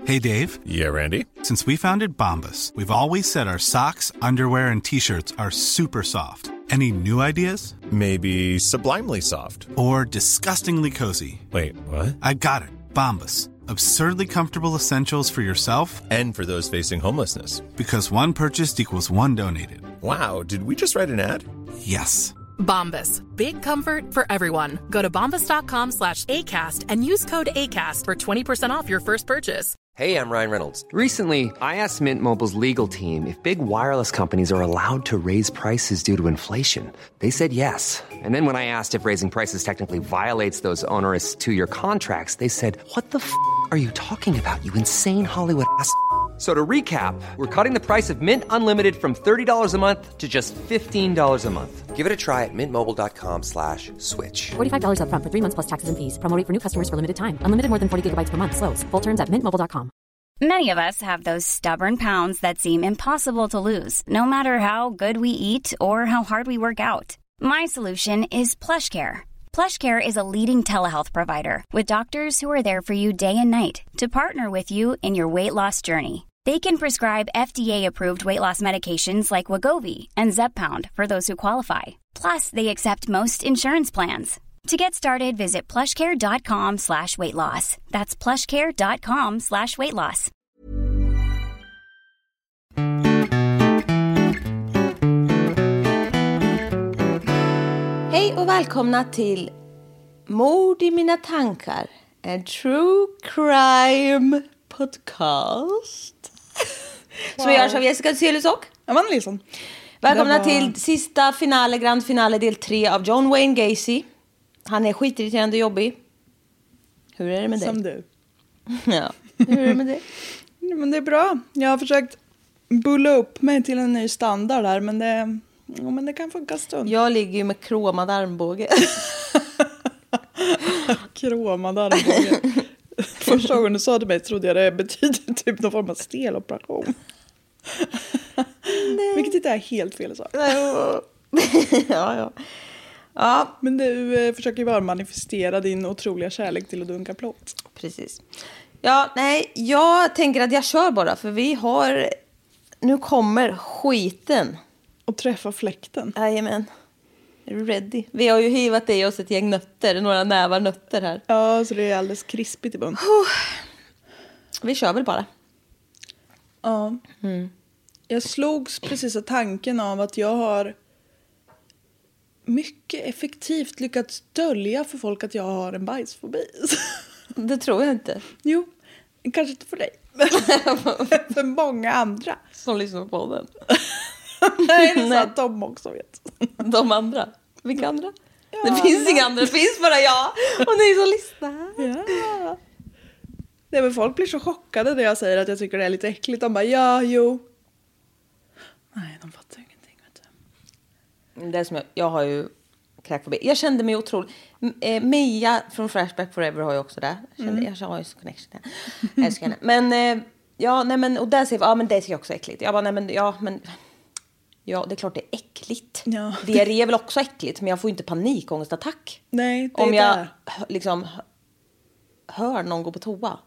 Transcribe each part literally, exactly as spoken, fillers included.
Hey, Dave. Yeah, Randy. Since we founded Bombas, we've always said our socks, underwear, and T-shirts are super soft. Any new ideas? Maybe sublimely soft. Or disgustingly cozy. Wait, what? I got it. Bombas. Absurdly comfortable essentials for yourself and for those facing homelessness. Because one purchased equals one donated. Wow, did we just write an ad? Yes. Bombas. Big comfort for everyone. Go to bombas.com slash ACAST and use code ACAST for twenty percent off your first purchase. Hey, I'm Ryan Reynolds. Recently, I asked Mint Mobile's legal team if big wireless companies are allowed to raise prices due to inflation. They said yes. And then when I asked if raising prices technically violates those onerous two-year contracts, they said, what the f*** are you talking about, you insane Hollywood ass f- So to recap, we're cutting the price of Mint Unlimited from thirty dollars a month to just fifteen dollars a month. Give it a try at mintmobile.com slash switch. forty-five dollars up front for three months plus taxes and fees. Promo rate for new customers for limited time. Unlimited more than forty gigabytes per month. Slows full terms at mint mobile dot com. Many of us have those stubborn pounds that seem impossible to lose, no matter how good we eat or how hard we work out. My solution is PlushCare. PlushCare is a leading telehealth provider with doctors who are there for you day and night to partner with you in your weight loss journey. They can prescribe F D A-approved weight loss medications like Wegovy and Zepbound for those who qualify. Plus, they accept most insurance plans. To get started, visit plushcare.com slash weight loss. That's plushcare.com slash weight loss. Hej och välkomna till Mord i mina tankar. En true crime podcast. Wow. Som görs av Jessica Celusok. Amanda Nilsson. Välkomna var... till sista finale, grand finale del tre av John Wayne Gacy. Han är skitirriterande och jobbig. Hur är det med dig? Som du. Ja, hur är det med dig? Ja, men det är bra. Jag har försökt bulla upp mig till en ny standard här, men det, ja, men det kan funka stund. Jag ligger ju med kromad armbåge. Kromad armbåge. Första gången du sa till mig trodde jag det betyder typ någon form av steloperation. Nej. Vilket inte är helt fel sak. ja, ja. Ja. Men du eh, försöker ju bara manifestera din otroliga kärlek till att dunka plåt. Precis. Ja, nej, jag tänker att jag kör bara. För vi har... Nu kommer skiten. Och träffa fläkten. Jajamän. Är du ready? Vi har ju hivat i oss ett gäng nötter. Några nävar nötter här. Ja, så det är alldeles krispigt i bund. Vi kör väl bara. Ja. Mm. Jag slogs precis av tanken av att jag har mycket effektivt lyckats dölja för folk att jag har en bajsfobi. Det tror jag inte. Jo, kanske inte för dig. För många andra. Som lyssnar på den. Nej, det är så att de också vet. De andra? Vilka andra? Ja, det finns nej. Inga andra, det finns bara jag. Och ni som lyssnar. Ja. Nej, men folk blir så chockade när jag säger att jag tycker det är lite äckligt. De bara, ja, jo. Nej, de fattar ingenting, vet du. Det är som jag, jag har ju kräkfobi. Jag kände mig otroligt. Eh, Mia från Flashback Forever har ju också det. Jag, kände, mm. jag har ju så connection där. Jag älskar henne. Men, eh, ja, nej men, och där säger jag, ja men det tycker jag också är äckligt. Jag bara, nej men, ja men, ja det är klart det är äckligt. Ja. Diarré är väl också äckligt, men jag får ju inte panikångestattack. Nej, det är om jag där. liksom hör någon gå på toa.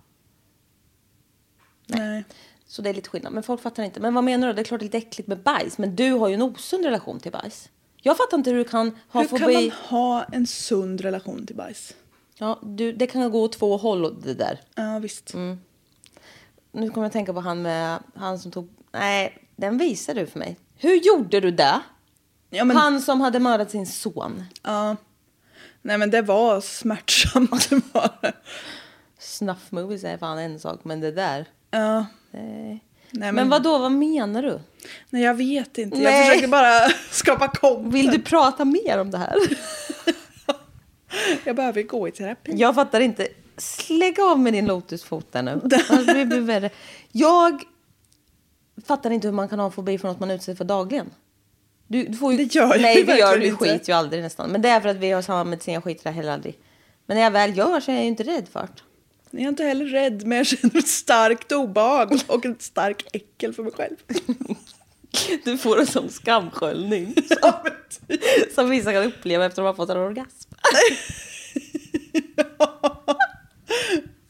Nej. nej. Så det är lite skillnad. Men folk fattar inte. Men vad menar du? Det är klart det är lite äckligt med bajs. Men du har ju en osund relation till bajs. Jag fattar inte hur du kan ha hur fobi. Hur kan man ha en sund relation till bajs? Ja, du, det kan gå åt två håll och det där. Ja, visst. Mm. Nu kommer jag att tänka på han med... Han som tog... Nej, den visar du för mig. Hur gjorde du det? Ja, men... Han som hade mördat sin son. Ja. Nej, men det var smärtsamt. Det var... Snuff movies är fan en sak, men det där... Ja. Nej. Nej, men men vad då? Vad menar du? Nej, jag vet inte. Nej. Jag försöker bara skapa content. Vill du prata mer om det här? Jag behöver gå i terapi. Jag fattar inte. Slägg av med din lotusfot där nu. Det blir värre. Jag fattar inte hur man kan ha fobi för något man utsätter för dagligen. Du, du får ju... Det gör jag Nej, vi gör vi inte. skit ju aldrig nästan. Men det är för att vi har samma medicin. Jag skiter där heller aldrig. Men när jag väl gör så är jag ju inte rädd för det. Jag är inte heller rädd, men jag känner ett starkt obehag och ett starkt äckel för mig själv. Du får en sån skamsköljning som, som vissa kan uppleva efter att de har fått en orgasm.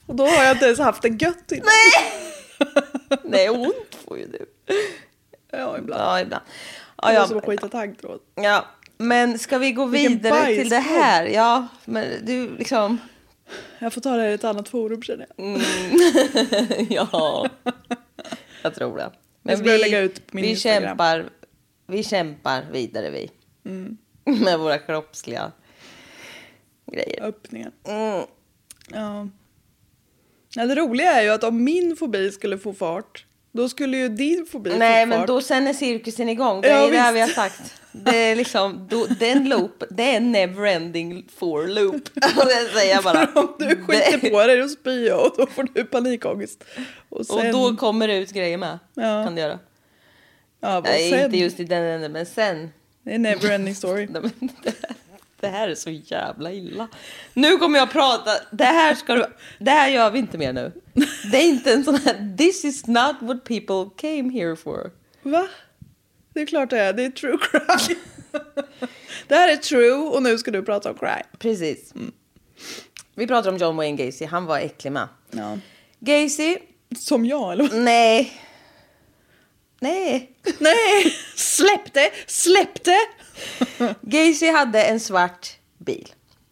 Och då har jag inte ens haft det gött innan. Nej! Nej, ont får ju du. Ja, ibland. Ja, ibland. Ja, Ja, jag ja, måste bara skita taggtråd. ja, men ska vi gå Vilken vidare till det bajskorv. här? Ja, men du liksom... Jag får ta det i ett annat forum, känner jag. Mm. Ja, jag tror det. Men Jag ska börja lägga ut på min vi Instagram. kämpar, vi kämpar vidare vi. Mm. Med våra kroppsliga grejer. Öppningen. Mm. Ja. Ja, det roliga är ju att om min fobi skulle få fart, då skulle ju din fobi Nej, få men fart. då sen är cirkusen igång. Det Ja, är det här visst. vi har sagt. Det är liksom, då, den loop, det är en never-ending for loop. Och det säger jag bara. Om du skiter Det- på dig och spyr och då får du panikångest. Och, sen, Och då kommer det ut grejer med. Ja. Kan det göra. ja, och Nej, sen, inte just i den änden, men sen. det är never ending story. Nej, men det, det här är så jävla illa. Nu kommer jag prata. Det här ska du. Det här gör vi inte mer nu. Det är inte en sån här. This is not what people came here for. Va? Det är klart det är. Det är true crime. Det här är true och nu ska du prata om crime. Precis. Vi pratar om John Wayne Gacy. Han var äcklig med. Ja. Gacy. Som jag, eller vad? Nej. Nej. Nej! Släpp det! Släpp det! Gacy hade en svart bil.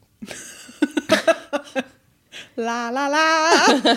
La la la!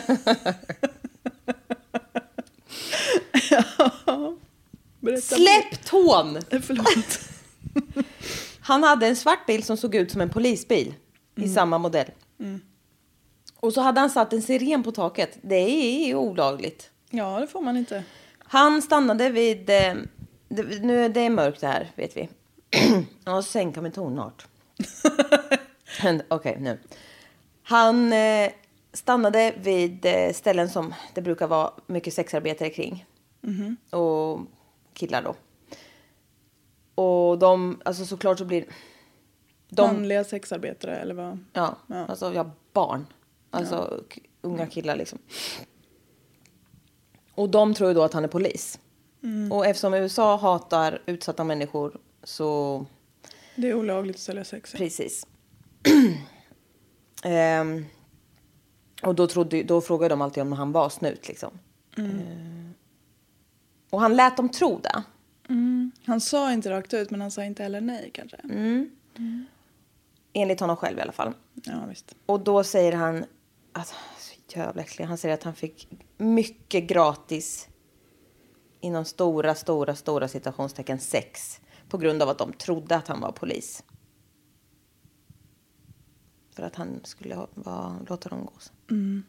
Ja. Berätta. Släpp tån! Förlåt. Han hade en svart bil som såg ut som en polisbil. I samma modell. Och så hade han satt en siren på taket. Det är ju olagligt. Ja, det får man inte. Han stannade vid... Eh, det, nu det är mörkt det här, vet vi. Jag måste sänka min tonart. Okej, okay, nu. Han eh, stannade vid eh, ställen som det brukar vara mycket sexarbetare kring. Mm-hmm. Och killar då. Och de, alltså såklart så blir... De, Manliga sexarbetare, eller vad? ja, Ja. alltså ja, barn. Alltså k- unga killar liksom. Och de tror ju då att han är polis. Mm. Och eftersom U S A hatar utsatta människor så... Det är olagligt att sälja sex. Precis. Ehm, och då, trodde, då frågade de alltid om han var snut liksom. Mm. Ehm, och han lät dem tro det. Mm. Han sa inte rakt ut, men han sa inte heller nej kanske. Mm. Mm. Enligt honom själv i alla fall. Ja, visst. Och då säger han att, så jävla äcklig, han säger att han fick mycket gratis inom stora, stora, stora citationstecken sex på grund av att de trodde att han var polis. För att han skulle ha, va, låta dem gå. Mm.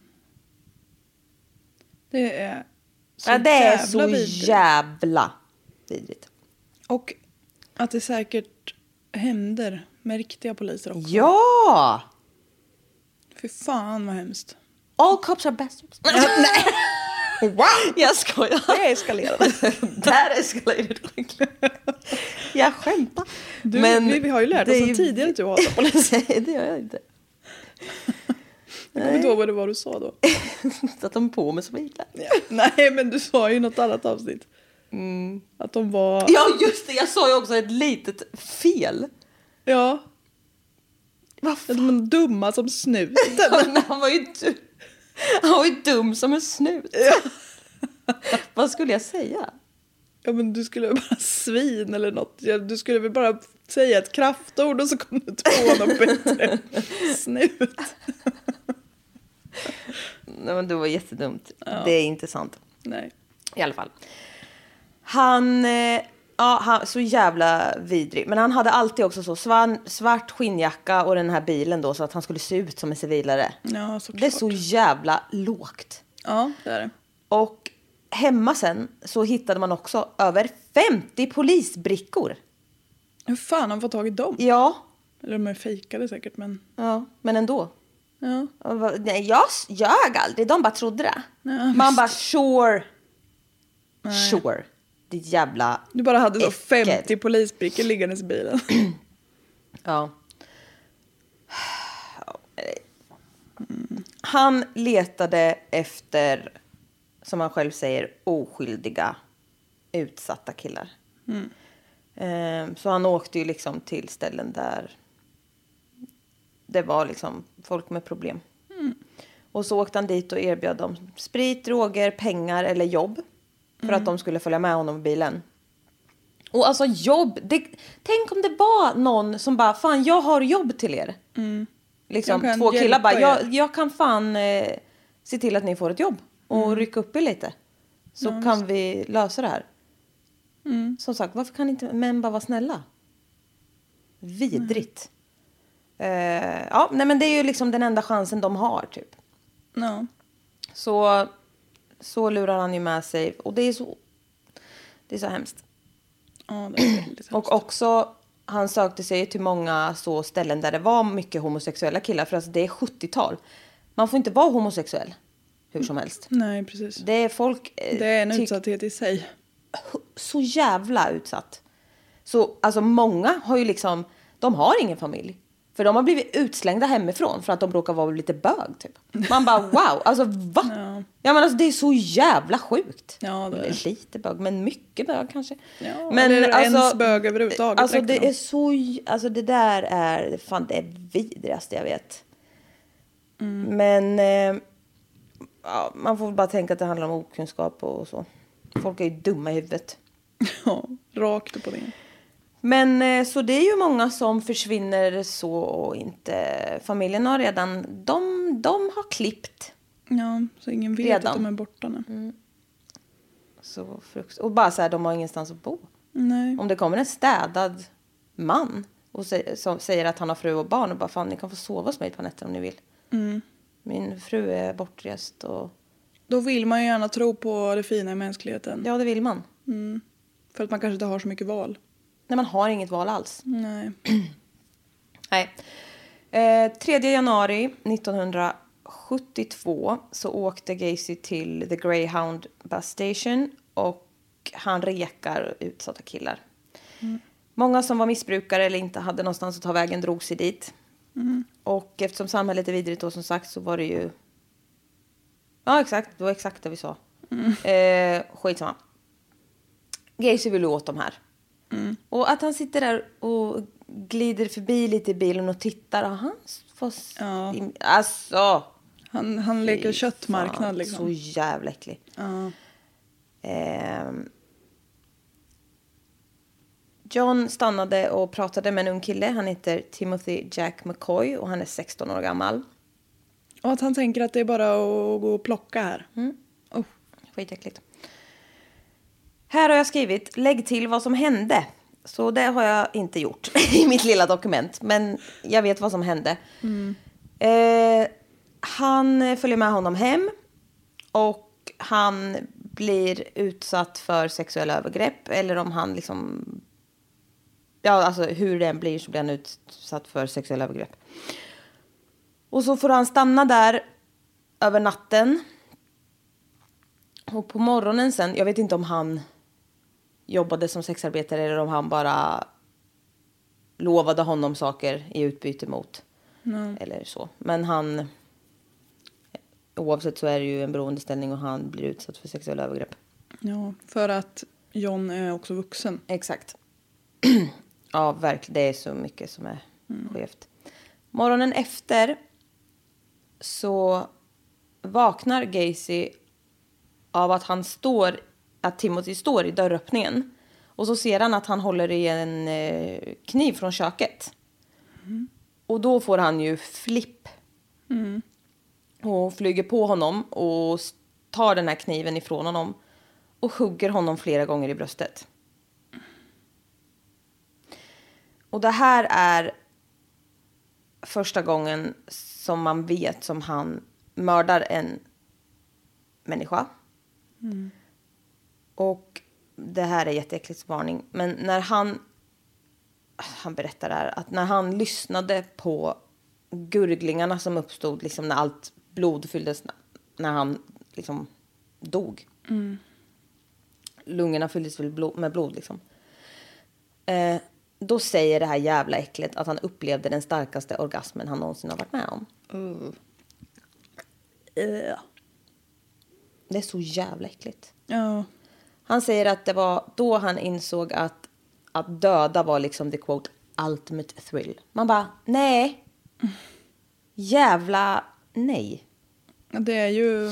Det är så Ja, det är jävla så vidrigt. jävla vidrigt. Och att det säkert händer med riktiga poliser också. Ja! Fy fan vad hemskt. All cops are bastards. Nej. Wow! Jag skojar. Det eskalerade. Där eskalerade skickligt. Jag skämtar. Du, vi, vi har ju lärt det oss är sedan tidigare att du hatar poliser. Nej, det gör jag inte. Jag kommer inte ihåg vad det var du sa då. Att de på med så illa. Nej, men du sa ju något annat avsnitt. Mm. Att de var... Ja, just det. Jag sa ju också ett litet fel. Ja. Vad Att fan? de är dumma som snuten. Ja, men han var ju dum. Han var ju dum som en snut. Ja. Vad skulle jag säga? Ja, men du skulle bara svin eller något. Ja, du skulle väl bara säga ett kraftord och så kom du på något bättre. Snut. Nej, men det var jättedumt. Ja. Det är inte sant. Nej. I alla fall. Han... Eh, ja, han, så jävla vidrig. Men han hade alltid också så svan, svart skinnjacka och den här bilen då så att han skulle se ut som en civilare. Ja, såklart. Det är så jävla lågt. Ja, det är det. Och hemma sen så hittade man också över femtio polisbrickor. Hur fan har han fått tag i dem? Ja, Eller de är fejkade säkert, men... ja, men ändå. Ja. Och va- Nej, jag s- ljög aldrig. De bara trodde det. Ja, Man visst. bara, sure. Nej. Sure. Det jävla... Du bara hade så Äckel. femtio polisbrickor liggandes i bilen. Ja. Han letade efter, som han själv säger, oskyldiga, utsatta killar. Mm. Ehm, så han åkte ju liksom till ställen där det var liksom folk med problem. Mm. Och så åkte han dit och erbjöd dem sprit, droger, pengar eller jobb. För mm. att de skulle följa med honom i bilen. Och alltså jobb. Det, tänk om det var någon som bara, fan jag har jobb till er. Mm. Liksom två killar bara, jag, jag kan fan eh, se till att ni får ett jobb. Och mm. rycka upp er lite. Så ja, kan vi lösa det här. Mm. Som sagt, varför kan inte män bara vara snälla? Vidrigt. Uh, ja, nej men det är ju liksom den enda chansen de har typ. No. Så så lurar han ju med sig och det är så det är så hemskt. Ja, det är väldigt hemskt. Och också han sökte sig till många så ställen där det var mycket homosexuella killar för alltså det är sjuttiotal. Man får inte vara homosexuell hur som helst. Nej, precis. Det är folk eh, det är en tyck- utsatthet i sig. Så jävla utsatt. Så alltså många har ju liksom de har ingen familj. För de har blivit utslängda hemifrån för att de råkar vara lite bög typ. Man bara wow, alltså va? Ja, ja men alltså det är så jävla sjukt. Ja, det är lite bög men mycket bög kanske. Ja, men eller alltså ens bög överhuvudtaget. Alltså det då. är så alltså det där är fan det vidrigaste jag vet. Mm. Men eh, ja, man får bara tänka att det handlar om okunskap och så. Folk är ju dumma i huvudet. Ja, rakt på det. Men så det är ju många som försvinner så och inte familjen har redan de, de har klippt. Ja, så ingen vet redan. Att de är borta nu. Mm. Så frukt. Och bara så här, de har ingenstans att bo. Nej. Om det kommer en städad man och säger, som säger att han har fru och barn och bara fan ni kan få sova hos mig på nätter om ni vill. Mm. Min fru är bortrest och då vill man ju gärna tro på det fina i mänskligheten. Ja, det vill man. Mm. För att man kanske inte har så mycket val. Nej, man har inget val alls. Nej. Nej. Eh, tredje januari nittonhundrasjuttiotvå så åkte Gacy till The Greyhound Bus Station och han rekar utsatta killar. Mm. Många som var missbrukare eller inte hade någonstans att ta vägen drog sig dit. Mm. Och eftersom samhället är vidrigt då som sagt så var det ju... Ja, exakt. Det var exakt det vi sa. Mm. Eh, skitsamma. Gacy vill åt de här. Mm. Och att han sitter där och glider förbi lite i bilen och tittar. Och han får... Ja. Alltså... Han, han leker köttmarknad liksom. Så jävla äcklig. Ja. Eh, John stannade och pratade med en ung kille. Han heter Timothy Jack McCoy och han är sexton år gammal. Och att han tänker att det är bara att gå och plocka här. Mm. Oh. Skitäckligt. Här har jag skrivit, lägg till vad som hände. Så det har jag inte gjort i mitt lilla dokument. Men jag vet vad som hände. Mm. Eh, han följer med honom hem. Och han blir utsatt för sexuella övergrepp. Eller om han liksom... Ja, alltså hur det än blir så blir han utsatt för sexuella övergrepp. Och så får han stanna där över natten. Och på morgonen sen, jag vet inte om han jobbade som sexarbetare eller om han bara lovade honom saker i utbyte mot. Mm. Eller så. Men han, oavsett så är det ju en beroendeställning och han blir utsatt för sexuella övergrepp. Ja, för att John är också vuxen. Exakt. Ja, verkligen. Det är så mycket som är mm. skevt. Morgonen efter så vaknar Gacy av att han står, att Timothy står i dörröppningen. Och så ser han att han håller i en eh, kniv från köket. Mm. Och då får han ju flipp. Mm. Och flyger på honom och tar den här kniven ifrån honom. Och hugger honom flera gånger i bröstet. Och det här är första gången som man vet som han mördar en människa. Mm. Och det här är jätteäckligt varning. Men när han, han berättar det här, att när han lyssnade på gurglingarna som uppstod liksom när allt blod fylldes, när han liksom dog. Mm. Lungorna fylldes med blod liksom. Eh, då säger det här jävla äckligt att han upplevde den starkaste orgasmen han någonsin har varit med om. Mm. Uh. Det är så jävla äckligt. Ja. Han säger att det var då han insåg att, att döda var liksom the quote ultimate thrill. Man bara, nej. Jävla nej. Det är ju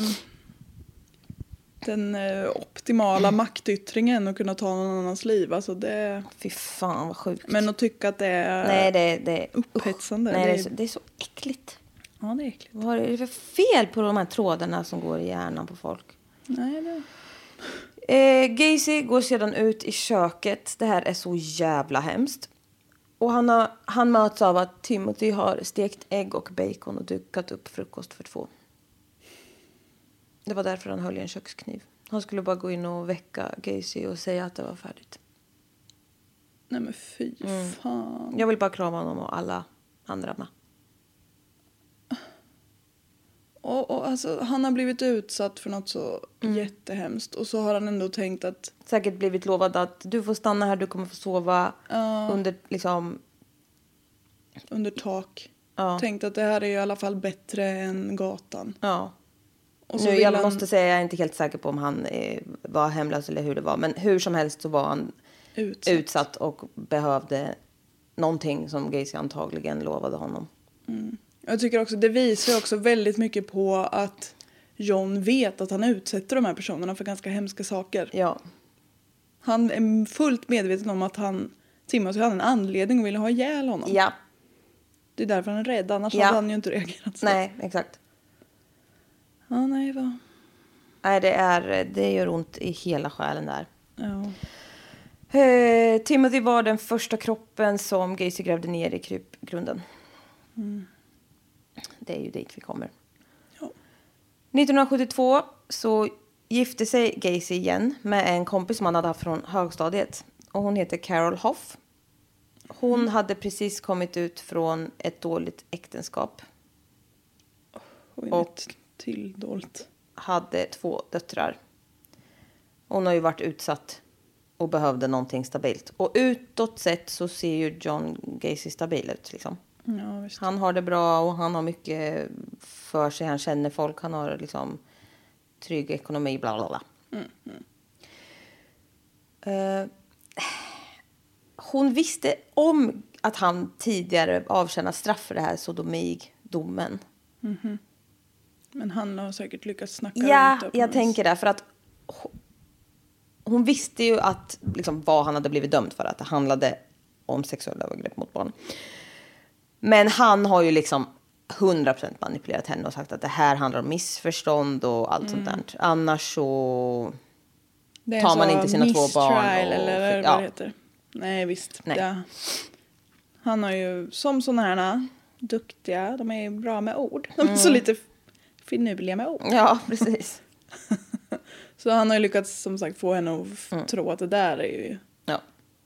den eh, optimala maktyttringen att kunna ta någon annans liv. Alltså det... Fy fan vad sjukt. Men att tycka att det är Nej, det, det... upphetsande. Nej, det, det, är så, det är så äckligt. Ja, det är äckligt. Vad är det för fel på de här trådarna som går i hjärnan på folk? Nej, det... Eh, Gacy går sedan ut i köket. Det här är så jävla hemskt. Och han, har, han möts av att Timothy har stekt ägg och bacon och dukat upp frukost för två. Det var därför han höll i en kökskniv. Han skulle bara gå in och väcka Gacy och säga att det var färdigt. Nej men fy Mm. fan. Jag vill bara krama honom och alla andra med. Och, och alltså, han har blivit utsatt för något så mm. jättehemskt. Och så har han ändå tänkt att... Säkert blivit lovad att du får stanna här, du kommer få sova Ja. under liksom... Under tak. Ja. Tänkt att det här är i alla fall bättre än gatan. Ja. Och så Nu, vill jag han... måste säga, jag är inte helt säker på om han eh, var hemlös eller hur det var. Men hur som helst så var han Utsatt. utsatt och behövde någonting som Gacy antagligen lovade honom. Mm. Jag tycker också, det visar också väldigt mycket på att John vet att han utsätter de här personerna för ganska hemska saker. Ja. Han är fullt medveten om att han, Timothy hade en anledning och ville ha ihjäl honom. Ja. Det är därför han är rädd, annars Ja. hade han ju inte reagerat så. Nej, exakt. Ja, nej, vad... Nej, det, är, det gör ont i hela själen där. Ja. Eh, Timothy var den första kroppen som Gacy grävde ner i krypgrunden. Mm. Det är ju dit vi kommer. Ja. nittonhundrasjuttiotvå så gifte sig Gacy igen med en kompis som han hade haft från högstadiet. Och hon heter Carol Hoff. Hon mm. hade precis kommit ut från ett dåligt äktenskap. Och, och till dåligt. hade två döttrar. Hon har ju varit utsatt och behövde någonting stabilt. Och utåt sett så ser ju John Gacy stabil ut liksom. Ja, visst. Han har det bra och han har mycket för sig. Han känner folk. Han har liksom trygg ekonomi, bla bla bla. Mm, mm. Uh, hon visste om att han tidigare avtjänat straff för det här sodomigdomen. Mm-hmm. Men han har säkert lyckats snacka Ja, runt det. jag tänker det. För att hon, hon visste ju att liksom, vad han hade blivit dömd för. Att det handlade om sexuella övergrepp mot barn. Men han har ju liksom hundra procent manipulerat henne och sagt att det här handlar om missförstånd och allt mm. sånt där. Annars så tar man inte sina två barn. Och, eller ja. vad det heter. Nej, visst. Nej. Ja. Han har ju, som sådana här duktiga, de är bra med ord. De är mm. så lite finurliga med ord. Ja, precis. Så han har ju lyckats som sagt få henne att f- Mm. tro att det där är ju... Ja.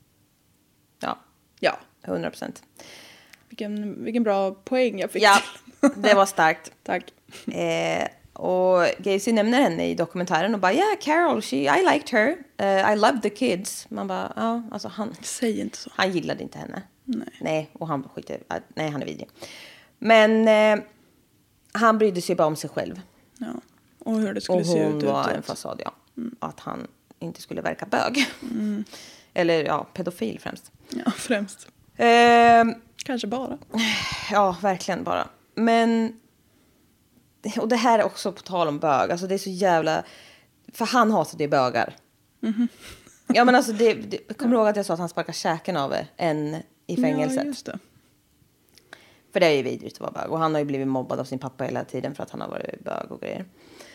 Ja. Ja. hundra procent. Vilken, vilken bra poäng jag fick. Ja, det var starkt. Tack. Eh, och Gacy nämner henne i dokumentären och bara, yeah, Carol, she, I liked her. Uh, I loved the kids. Man bara, ja, alltså han... Säg inte så. Han gillade inte henne. Nej. Nej, och han skiter, nej, han är vidrig. Men eh, han brydde sig bara om sig själv. Ja. Och hur det skulle och se ut. Och hon var utåt. en fasad, ja. Mm. Att han inte skulle verka bög. Mm. Eller ja, pedofil främst. Ja, främst. Eh, Kanske bara. Ja, verkligen bara. Men... Och det här är också på tal om bög. Alltså det är så jävla... För han hatar det bögar. Mm-hmm. Ja, men alltså det... det jag kommer ja. ihåg att jag sa att han sparkar käken av en i fängelset. Ja, just det. För det är ju vidrigt att vara bög. Och han har ju blivit mobbad av sin pappa hela tiden för att han har varit bög och grejer.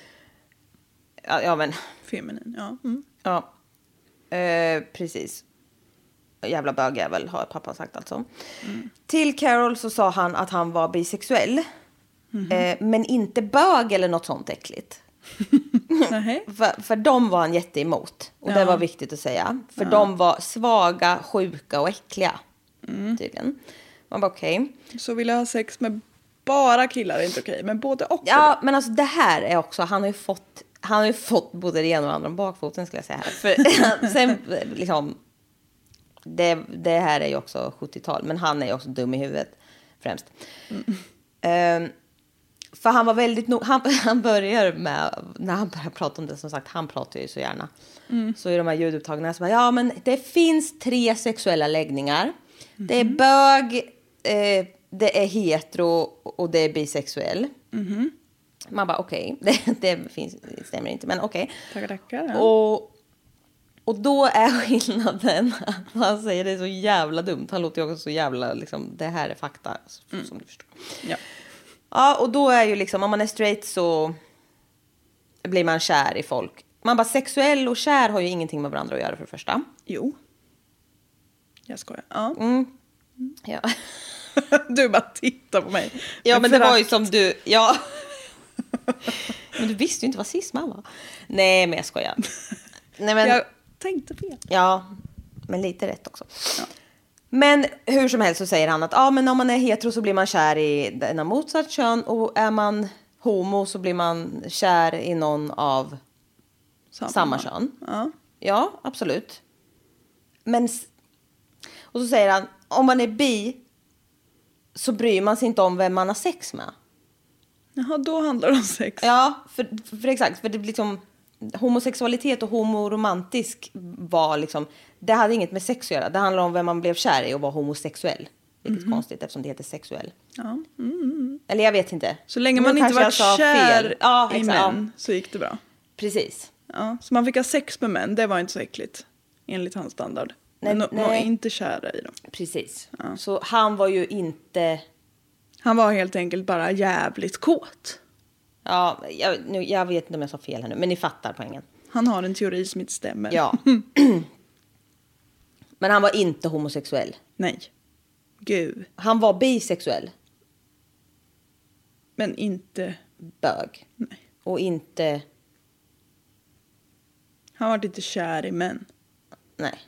Ja, ja men... Feminin, ja. Mm. Ja, eh, precis. Jävla bögjävel har pappa sagt alltså. Mm. Till Carol så sa han att han var bisexuell. Mm-hmm. Eh, men inte bög eller något sånt äckligt. för, för de var han jätteemot. Och ja. det var viktigt att säga. För ja. de var svaga, sjuka och äckliga. Mm. Tydligen. Man bara okej. Okay. Så vill jag ha sex med bara killar är inte okej. Okay, men både och. Ja, men alltså det här är också, han har ju fått, han har ju fått både det ena och det andra om bakfoten skulle jag säga här. För sen liksom, det, det här är ju också sjuttiotal. Men han är ju också dum i huvudet främst. Mm. Um, För han var väldigt no- han, han börjar med, när han börjar prata om det, som sagt, han pratar ju så gärna. Mm. Så i de här ljudupptagningarna så bara, ja men det finns tre sexuella läggningar. Mm. Det är bög, eh, det är hetero och det är bisexuell. Mm. Man bara okej, okay. det, det, finns, det stämmer inte, men okej. Okay. Tackar, tackar. Ja. Och, och då är skillnaden att han säger det är så jävla dumt. Han låter ju också så jävla, liksom, det här är fakta, mm. som du förstår. Ja. Ja, och då är ju liksom, om man är straight så blir man kär i folk. Man bara, sexuell och kär har ju ingenting med varandra att göra för det första. Jo. Jag skojar. Ja. Mm. Ja. Du bara tittar på mig. Ja, men det var ju som du... Ja. Men du visste ju inte vad cisman var. Nej, men jag skojar. Nej, men... Jag tänkte fel. Ja, men lite rätt också. Ja. Men hur som helst så säger han att ja, men om man är hetero så blir man kär i denna motsatt kön. Och är man homo så blir man kär i någon av samma, samma kön. Ja. Ja, absolut. Men... Och så säger han, om man är bi så bryr man sig inte om vem man har sex med. Jaha, då handlar det om sex. Ja, för, för exakt. För det blir liksom, homosexualitet och homoromantisk var liksom, det hade inget med sex att göra. Det handlar om vem man blev kär i och var homosexuell. Vilket mm. är konstigt eftersom det heter sexuell. Ja. Mm. Eller jag vet inte. Så länge man inte var kär ja, i män så gick det bra. Precis. Ja, så man fick ha sex med män, det var inte så äckligt. Enligt hans standard. Nej, men nej. Var inte kära i dem. Precis. Ja. Så han var ju inte... Han var helt enkelt bara jävligt kåt. Ja, jag, nu, jag vet inte om jag sa fel här nu, men ni fattar poängen. Han har en teori som inte stämmer. Ja. Men han var inte homosexuell. Nej. Gud. Han var bisexuell. Men inte... Bög. Nej. Och inte... Han var inte kär i män. Nej.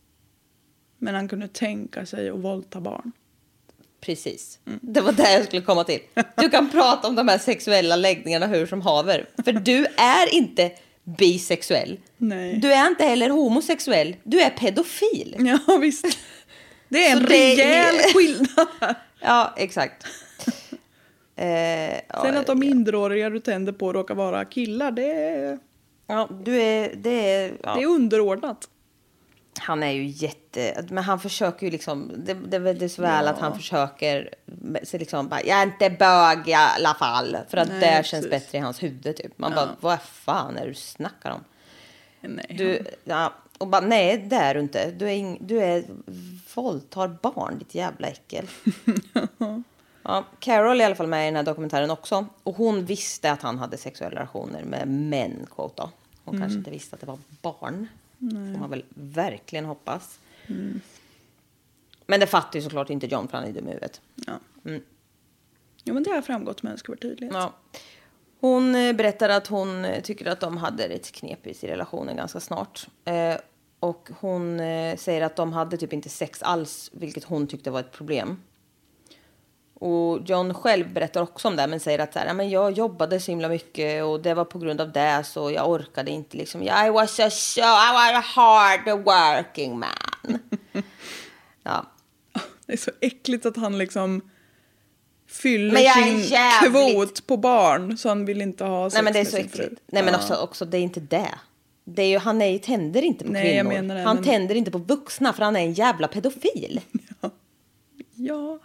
Men han kunde tänka sig att våldta barn. Precis. Mm. Det var där jag skulle komma till. Du kan prata om de här sexuella läggningarna hur som haver. För du är inte bisexuell. Nej. Du är inte heller homosexuell. Du är pedofil. Ja, visst. Det är en rejäl är... skillnad. Ja, exakt. eh, Sen att de minderåriga du tänder på råkar vara killar, det är... Ja, du är... Det är, ja. Det är underordnat. Han är ju jätte... Men han försöker ju liksom... Det, det är väl så väl ja. Att han försöker... Så liksom bara, jag är inte bög i alla fall. För att Nej, det precis. Känns bättre i hans huvud typ. Man ja. Bara, vad fan är du snackar om? Nej. Du, ja, och bara, nej det är du inte. Du är, ing, du är våldtar barn, ditt jävla äckel. Ja, Carol är i alla fall med i den här dokumentären också. Och hon visste att han hade sexuella relationer med män, quote. Hon mm. kanske inte visste att det var barn. Nej. Får man väl verkligen hoppas. Mm. Men det fattar ju såklart inte John för han är dum i huvudet. Ja. Mm. Jo, men det har framgått med önskvärd tydlighet. Ja. Hon berättar att hon tycker att de hade ett knepigt i relationen ganska snart. Eh, och hon eh, säger att de hade typ inte sex alls, vilket hon tyckte var ett problem. Och John själv berättar också om det, men säger att så här, ja, men jag jobbade så himla mycket och det var på grund av det så jag orkade inte liksom. I was a so, I was a hard working man. Ja. Det är så äckligt att han liksom fyller sin jävligt... kvot på barn så han vill inte ha sex. Nej, men det är så äckligt. Nej, men också, också det är inte det. Det är ju, han är, tänder inte på Nej, kvinnor. Jag menar det, han men... tänder inte på vuxna för han är en jävla pedofil. Ja. Ja.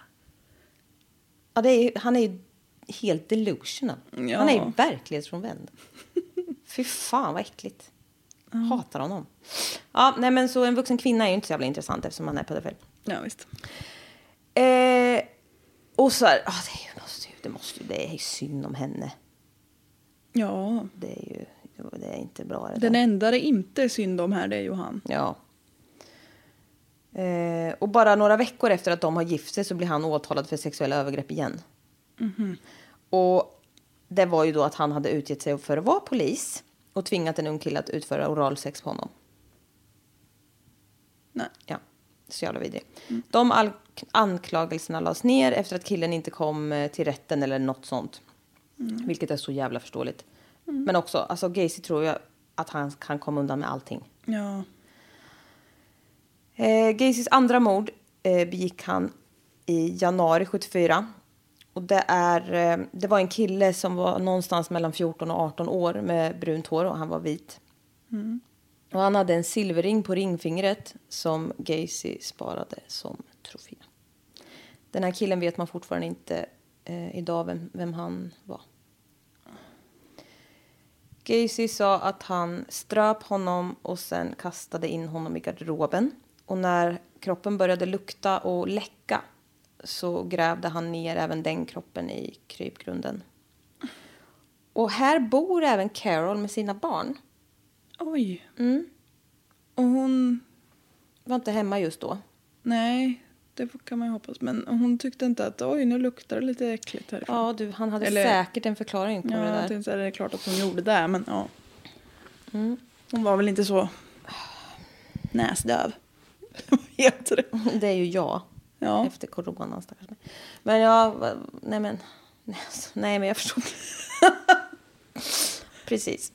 Ja, det är, han är ju helt delusional. Ja. Han är ju verklighetsfrånvänd. Fy fan vad äckligt. Mm. Hatar honom. Ja, nej men så en vuxen kvinna är ju inte så jävla intressant eftersom han är pedofil. Ja, visst. Eh, och så här, oh, det, måste ju, det måste ju, det är ju synd om henne. Ja. Det är ju, det är inte bra. Det Den där. enda det inte är synd om här, det är ju han. Ja. Eh, och bara några veckor efter att de har gift sig så blir han åtalad för sexuella övergrepp igen. Mm-hmm. Och det var ju då att han hade utgett sig för att vara polis och tvingat en ung kille att utföra oralsex på honom. Nej. Ja, så jävla vidrigt. Mm. De all- anklagelserna lades ner efter att killen inte kom till rätten eller något sånt. Mm. Vilket är så jävla förståeligt. Mm. Men också, alltså Gacy tror jag att han kan komma undan med allting. Ja. Eh, Gacys andra mord eh, begick han i januari sjuttiofyra. Och det, är, eh, det var en kille som var någonstans mellan fjorton och arton år med brunt hår och han var vit. Mm. Och han hade en silverring på ringfingret som Gacy sparade som trofé. Den här killen vet man fortfarande inte eh, idag vem, vem han var. Gacy sa att han ströp honom och sen kastade in honom i garderoben. Och när kroppen började lukta och läcka så grävde han ner även den kroppen i krypgrunden. Och här bor även Carol med sina barn. Oj. Mm. Och hon... Var inte hemma just då. Nej, det kan man ju hoppas. Men hon tyckte inte att oj, nu luktar det lite äckligt härifrån. Ja, du, han hade Eller... säkert en förklaring på ja, det där. Jag tänkte, det är klart att hon gjorde det, men ja. Mm. Hon var väl inte så näsdöv. Vad heter det? Det är ju jag. Ja. Efter corona stackars mig. Men jag... Nej, men... Nej, alltså, nej men jag förstår. Precis.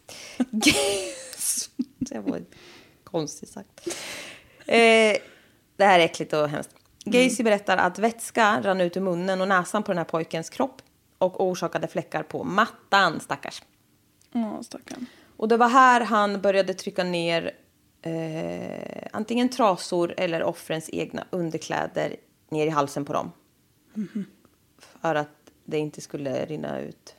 Det var konstigt sagt. Eh, det här är äckligt och hemskt. Gacy mm. berättar att vätska rann ut ur munnen och näsan på den här pojkens kropp och orsakade fläckar på mattan, stackars. Ja, stackarn. Och det var här han började trycka ner eh, antingen trasor eller offrens egna underkläder ner i halsen på dem. Mm. För att det inte skulle rinna ut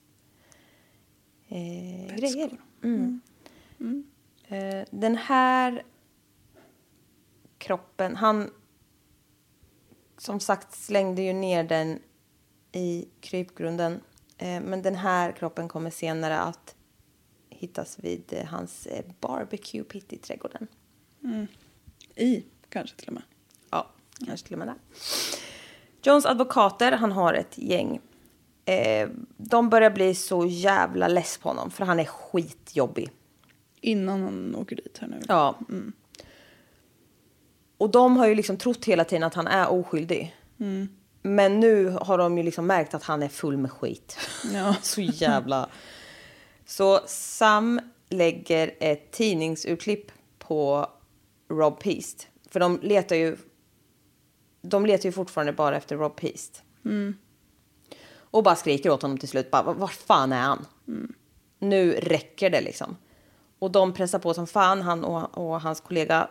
eh, grejer. Mm. Mm. Eh, den här kroppen, han som sagt slängde ju ner den i krypgrunden. Eh, men den här kroppen kommer senare att hittas vid eh, hans eh, barbecue pit i trädgården. Mm. I, kanske till och med. Ja, kanske till och med där. Johns advokater, han har ett gäng. Eh, de börjar bli så jävla less på honom. För han är skitjobbig. Innan han åker dit här nu. Ja. Mm. Och de har ju liksom trott hela tiden att han är oskyldig. Mm. Men nu har de ju liksom märkt att han är full med skit. Ja. Så jävla... Så Sam lägger ett tidningsurklipp på Rob Peast. För de letar ju... De letar ju fortfarande bara efter Rob Peast. Mm. Och bara skriker åt honom till slut. Bara, var fan är han? Mm. Nu räcker det liksom. Och de pressar på som fan, han och, och hans kollega.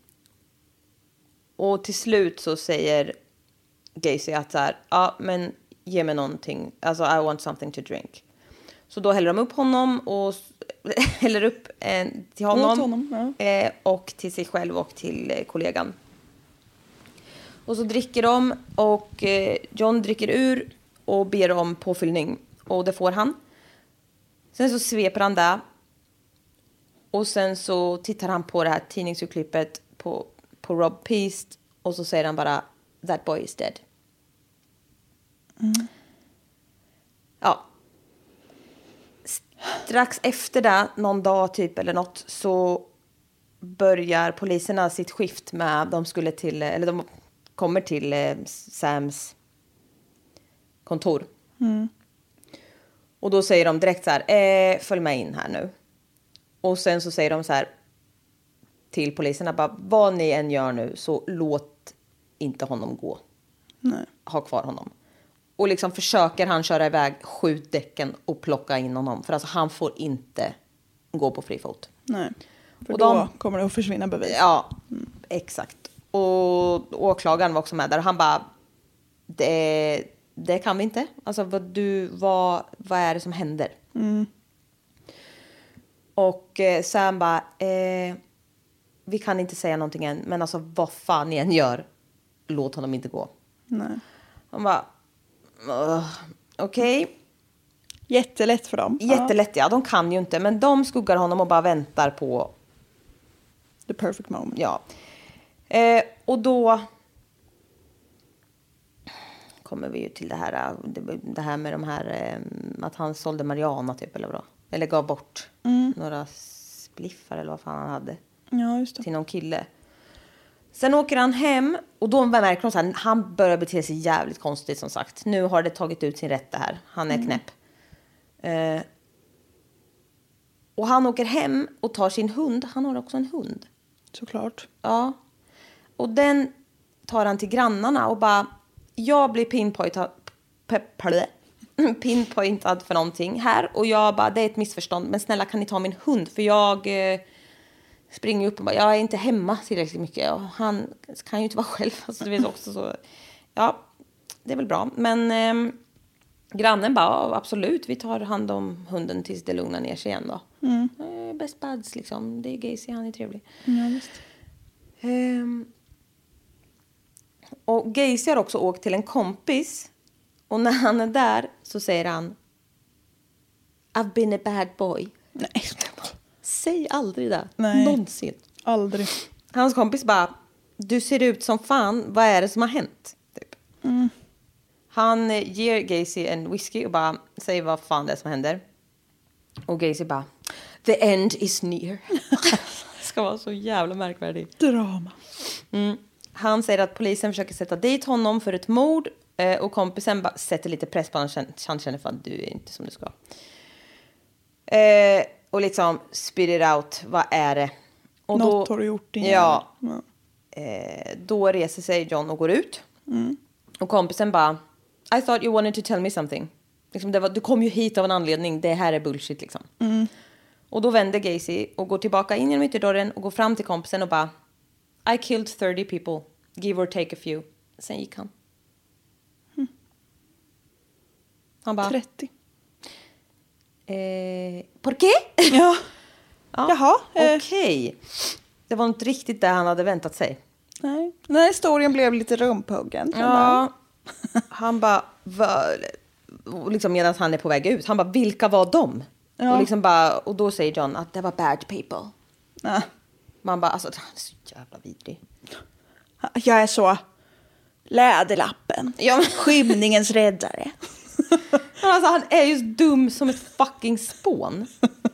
Och till slut så säger Gacy att så här, ja men ge mig någonting. Alltså I want something to drink. Så då häller de upp honom och häller upp eh, till honom. honom ja. eh, och till sig själv och till eh, kollegan. Och så dricker de och eh, John dricker ur och ber om påfyllning. Och det får han. Sen så sveper han där. Och sen så tittar han på det här tidningsurklippet på, på Rob Peast. Och så säger han bara, that boy is dead. Mm. Ja. Strax efter det, någon dag typ eller något, så börjar poliserna sitt skift med, de skulle till, eller de kommer till eh, Sams kontor. Mm. Och då säger de direkt så här, eh, följ med in här nu. Och sen så säger de så här till poliserna, bara, vad ni än gör nu så låt inte honom gå. Nej. Ha kvar honom. Och liksom försöker han köra iväg, skjut däcken och plocka in honom. För alltså han får inte gå på fri fot. Nej, för och då de, kommer det att försvinna bevis. Ja, mm. exakt. Och åklagaren var också med där. Och han bara, det, det kan vi inte. Alltså vad, du, vad, vad är det som händer? Mm. Och eh, Sam bara, eh, vi kan inte säga någonting än. Men alltså vad fan ni än gör, låt honom inte gå. Nej. Han bara, uh, okej. Okay. Jättelätt för dem. Jättelätt, ja. De kan ju inte. Men de skuggar honom och bara väntar på... The perfect moment. Ja. Eh, och då kommer vi ju till det här, det här med de här, eh, att han sålde marijuana typ, eller vad? Eller gav bort mm. några spliffar eller vad fan han hade. Ja, just det. Till någon kille. Sen åker han hem och då märker de så här, han börjar bete sig jävligt konstigt som sagt. Nu har det tagit ut sin rätt det här. Han är mm. knäpp. Eh, och han åker hem och tar sin hund. Han har också en hund. Såklart. Ja. Och den tar han till grannarna och bara, jag blir pinpointad, pinpointad för någonting här. Och jag bara, det är ett missförstånd. Men snälla, kan ni ta min hund? För jag... Eh, springer upp och bara, jag är inte hemma tillräckligt mycket. Och han kan ju inte vara själv. Alltså, det vet också så. Ja, det är väl bra. Men eh, grannen bara, ja, absolut, vi tar hand om hunden tills det lugnar ner sig igen då. Mm. Eh, best buds liksom, det är Gacy, han är trevlig. Ja, visst. Um, och Gacy har också åkt till en kompis. Och när han är där så säger han I've been a bad boy. Nej. Säg aldrig det. Nej. Någonsin. Aldrig. Hans kompis bara, du ser ut som fan, vad är det som har hänt? Typ. Mm. Han ger Gacy en whisky och bara säger vad fan det är som händer. Och Gacy bara, the end is near. Ska vara så jävla märkvärdigt. Drama. Mm. Han säger att polisen försöker sätta dit honom för ett mord. Eh, och kompisen bara sätter lite press på honom. Han känner för att du är inte som du ska. Eh, och liksom spit it out. Vad är det? Och Något då, har du gjort. Din ja. ja. Eh, då reser sig John och går ut. Mm. Och kompisen bara, I thought you wanted to tell me something. Liksom det var, du kom ju hit av en anledning. Det här är bullshit liksom. Mm. Och då vänder Gacy och går tillbaka in genom ytterdörren och går fram till kompisen och bara, I killed thirty people, give or take a few. Sen gick han. Mm. Han bara, trettio. Eh, por qué? Ja. Ja. Jaha. Eh. Okej. Okay. Det var inte riktigt det han hade väntat sig. Nej. Den här historien blev lite rumphuggen. Ja. Han bara, liksom medan han är på väg ut. Han bara, vilka var de? Ja. Och, liksom bara, och då säger John att det var bad people. Ja. Man bara, alltså, han är så jävla vidrig. Jag är så läderlappen. Ja. Skymningens räddare. Alltså, han är ju dum som ett fucking spån.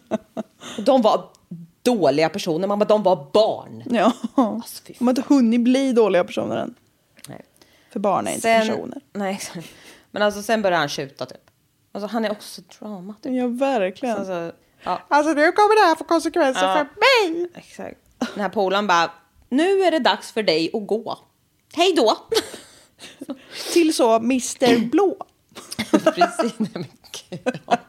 De var dåliga personer. Man bara, de var barn. Ja. Alltså, de har inte hunnit bli dåliga personer än. Nej. För barn är inte sen, personer. Nej, exakt. Men alltså sen börjar han skjuta typ. Alltså han är också drama typ. Ja, verkligen. Alltså, ja. Alltså nu kommer det här få konsekvenser Ja. för mig. Exakt. Den här polaren bara, nu är det dags för dig att gå. Hej då. Till så mister Blå. Precis. Nej, men gud. Ja,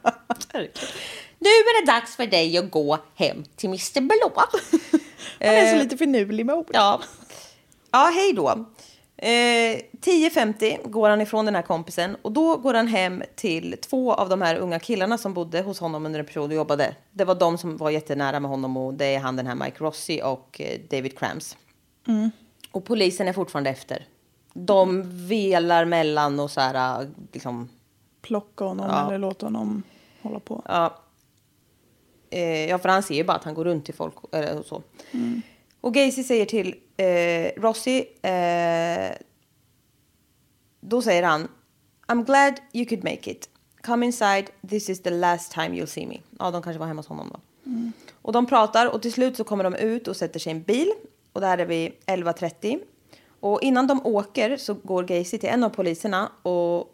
nu är det dags för dig att gå hem till mister Blå. Han är så lite finurlig med ord. Ja. Ja, hej då. Eh, tio femtio går han ifrån den här kompisen. Och då går han hem till två av de här unga killarna som bodde hos honom under en period och jobbade. Det var de som var jättenära med honom. Och det är han, den här Mike Rossi och eh, David Krams. Mm. Och polisen är fortfarande efter. De velar mellan och så här liksom... Plocka honom Ja. eller låta honom hålla på. Ja. Eh, ja, för han ser ju bara att han går runt till folk eller så. Mm. Och Gacy säger till eh, Rossi, eh, då säger han, I'm glad you could make it. Come inside, this is the last time you'll see me. Ja, de kanske var hemma hos honom då. Mm. Och de pratar och till slut så kommer de ut och sätter sig i en bil. Och där är vi elva trettio. Och innan de åker så går Gacy till en av poliserna och,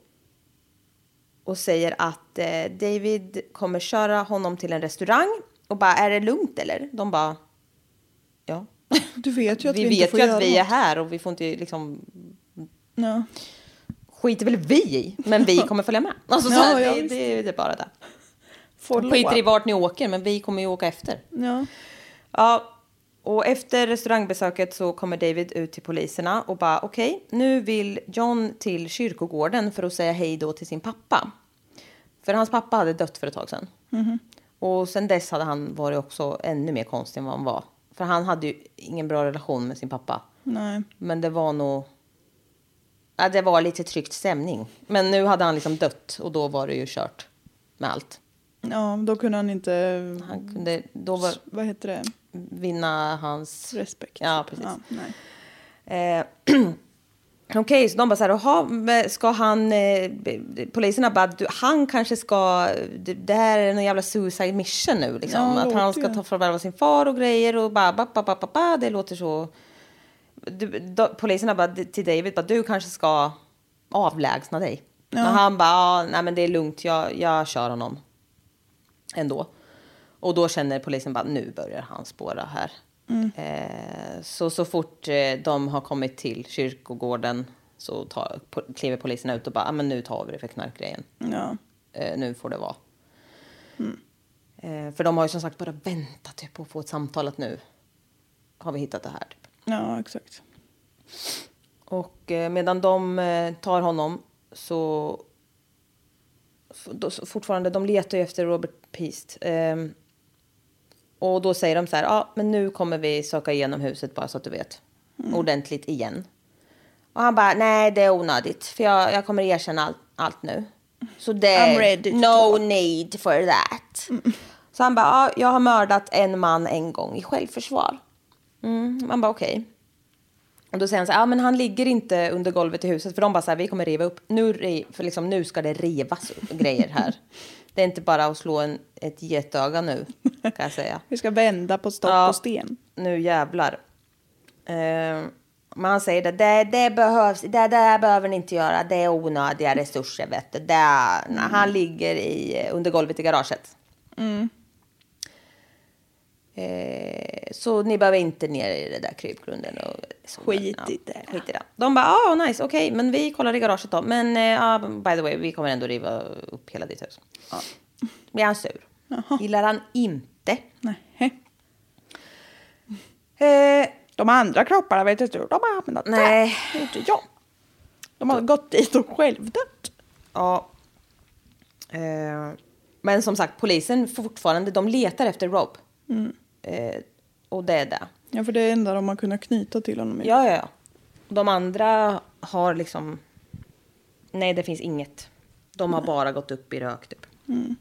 och säger att eh, David kommer köra honom till en restaurang. Och bara, är det lugnt eller? De bara, ja. Du vet ju att vi, vi inte vet får ju göra att vi är något. här och vi får inte liksom... Ja. Skiter väl vi i, men vi kommer följa med. Alltså, så Ja, här, ja, det, visst. det, det är bara det. Får Skiter lov. i vart ni åker, men vi kommer ju åka efter. Ja. Ja, och efter restaurangbesöket så kommer David ut till poliserna och bara okej, okay, nu vill John till kyrkogården för att säga hej då till sin pappa. För hans pappa hade dött för ett tag sedan. Mm-hmm. Och sen dess hade han varit också ännu mer konstig än vad han var. För han hade ju ingen bra relation med sin pappa. Nej. Men det var nog... Ja, det var lite tryckt stämning. Men nu hade han liksom dött och då var det ju kört med allt. Ja, då kunde han inte... Han kunde då var, Vad heter det? vinna hans... Respekt. Ja, precis. Ja, nej. Eh, Okej, okay, så de bara så här, "Jaha, ska han... Eh, poliserna bara, du, han kanske ska... Det, det här är en jävla suicide mission nu, liksom. Ja, att han ska låter ju. ta farväl av sin far och grejer och bara... Ba, ba, ba, ba, ba, det låter så... Du, då, poliserna bara till David, bara, du kanske ska avlägsna dig. Ja. Och han bara, ah, nej men det är lugnt, jag, jag kör honom ändå. Och då känner polisen bara, nu börjar han spåra här. Mm. Eh, så så fort eh, de har kommit till kyrkogården så tar, po- kliver poliserna ut och bara, ah, men nu tar vi det för knarkgrejen. Ja. Eh, nu får det vara. Mm. Eh, för de har ju som sagt bara väntat typ, på att få ett samtal att nu har vi hittat det här. Typ. Ja, exakt. Och eh, medan de eh, tar honom så då, fortfarande, de letar ju efter Robert Peast. Um, och då säger de så här, ja ah, men nu kommer vi söka igenom huset bara så att du vet. Mm. Ordentligt igen. Och han bara, nej det är onödigt. För jag, jag kommer erkänna allt, allt nu. Så det är no need for that. Mm. Så han bara, ja, jag har mördat en man en gång i självförsvar. Mm. Man bara, okej. Okay. Och då säger han så här, ja men han ligger inte under golvet i huset. För de bara så här, vi kommer riva upp. Nu, för liksom, nu ska det rivas grejer här. Det är inte bara att slå en, ett getöga nu, kan jag säga. Vi ska vända på stock ja, och sten. Nu jävlar. Uh, men han säger det, det, det behövs, det, det behöver ni inte göra. Det är onödiga resurser, vet du. Det är, mm. Han ligger i, under golvet i garaget. Mm. Eh, så ni behöver inte ner i det där krypgrunden. Och så, skit ja, i det. Skit i det. De bara, ja oh, nice, okej. Okay, men vi kollar i garaget då. Men ja, uh, by the way, vi kommer ändå riva upp hela ditt hus. Ja. Blir han sur? Jaha. Gillar han inte? Nej. Eh, de andra kropparna vet inte hur de har använt. Nej. Det inte jag. De har gått dit och självdött. Ja. Eh, men som sagt, polisen fortfarande, de letar efter Rob. Mm. Eh, och det är det. Ja, för det är enda de har kunnat knyta till honom. Ja, ja, ja. De andra har liksom... Nej, det finns inget. De har Nej. bara gått upp i rök, typ. Mm.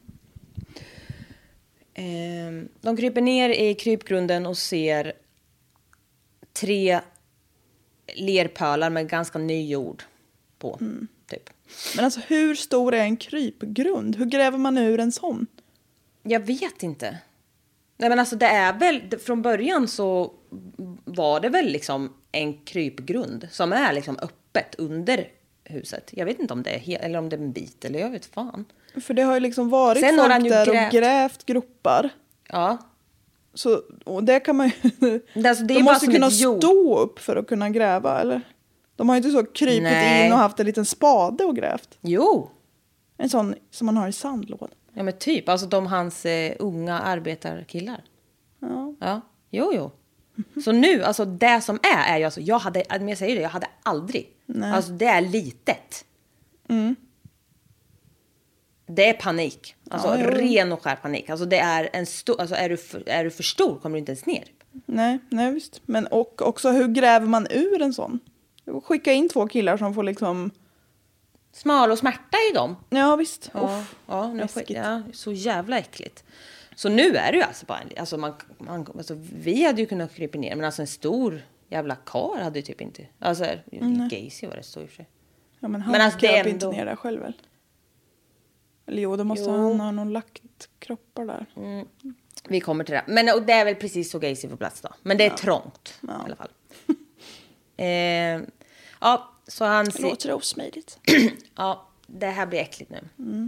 Eh, de kryper ner i krypgrunden och ser tre lerpölar med ganska ny jord på, mm. typ. Men alltså, hur stor är en krypgrund? Hur gräver man ur en sån? Jag vet inte. Nej, men alltså det är väl, från början så var det väl liksom en krypgrund som är liksom öppet under huset. Jag vet inte om det är he- eller om det är en bit, eller jag vet fan. För det har ju liksom varit Sen folk har han ju där grävt. och grävt gropar. Ja. Så, och det kan man ju... Det, alltså, det är de bara måste som kunna ett jord. stå upp för att kunna gräva, eller? De har ju inte så krypit Nej. in och haft en liten spade och grävt. Jo. En sån som man har i sandlådan. Ja, men typ. Alltså de hans eh, unga arbetarkillar. Ja. Ja. Jo, jo. Mm-hmm. Så nu, alltså det som är, är ju alltså, jag hade, men jag säger det, jag hade aldrig. Nej. Alltså det är litet. Mm. Det är panik. Alltså Ja, jo. ren och skär panik. Alltså det är en stor, alltså är du för, är du för stor kommer du inte ens ner. Nej, nej visst. Men och också, hur gräver man ur en sån? Skicka in två killar som får liksom... Smal och smärta i dem. Ja, visst. Ja, Uff, ja, nu sk- ja, så jävla äckligt. Så nu är det ju alltså bara en, alltså man, man alltså vi hade ju kunnat krypa ner, men alltså en stor jävla kar hade ju typ inte. Alltså mm. Gacy var det så i och för sig. Ja, men han men alltså, kröp ändå... inte ner där själv väl? Eller jo, då måste jo. han ha någon lagt kroppar där. Mm. Vi kommer till det. Men och det är väl precis så Gacy får plats då. Men det är ja. trångt ja. i alla fall. eh, ja, så han... Det låter osmidigt. Ja, det här blir äckligt nu. Mm.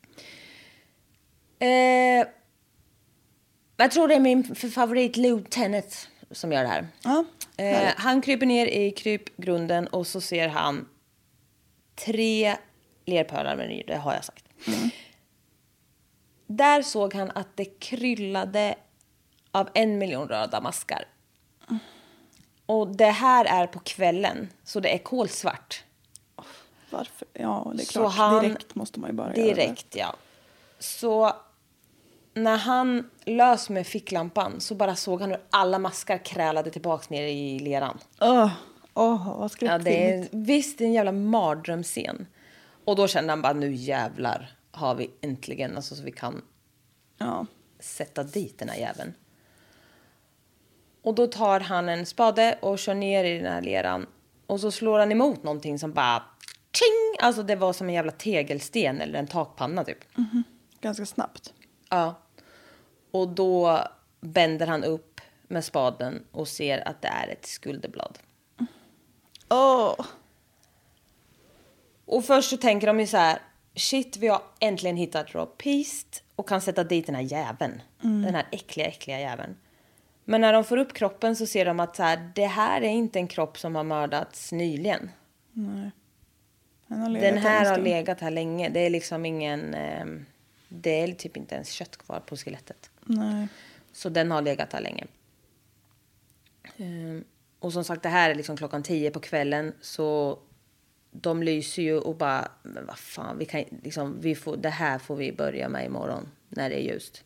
Eh, jag tror det är min favorit Lieutenant som gör det här. Ja, eh, han kryper ner i krypgrunden och så ser han tre lerpölar med ny, det har jag sagt. Mm. Där såg han att det kryllade av en miljon röda maskar. Mm. Och det här är på kvällen, så det är kolsvart. Varför? Ja, det är så klart. Han, direkt måste man ju bara direkt, göra det. ja. Så när han lös med ficklampan så bara såg han hur alla maskar krälade tillbaks ner i leran. Åh, oh, vad skräckligt. Ja, det är visst en jävla mardrömscen. Och då kände han bara, nu jävlar har vi äntligen, alltså så vi kan ja. sätta dit den här jäveln. Och då tar han en spade och kör ner i den här leran. Och så slår han emot någonting som bara... Tjing! Alltså det var som en jävla tegelsten eller en takpanna typ. Mm-hmm. Ganska snabbt. Ja. Och då bänder han upp med spaden och ser att det är ett skulderblad. Åh! Oh. Och först så tänker de ju så här... Shit, vi har äntligen hittat Rob Peast och kan sätta dit den här jäveln. Mm. Den här äckliga, äckliga jäveln. Men när de får upp kroppen så ser de att så här, det här är inte en kropp som har mördats nyligen. Nej. Den, har den här har legat här länge. Det är liksom ingen... Eh, det är typ inte ens kött kvar på skelettet. Nej. Så den har legat här länge. Um, och som sagt, det här är liksom klockan tio på kvällen. Så de lyser ju och bara, men vad fan, vi kan, liksom, vi får, det här får vi börja med imorgon när det är ljust.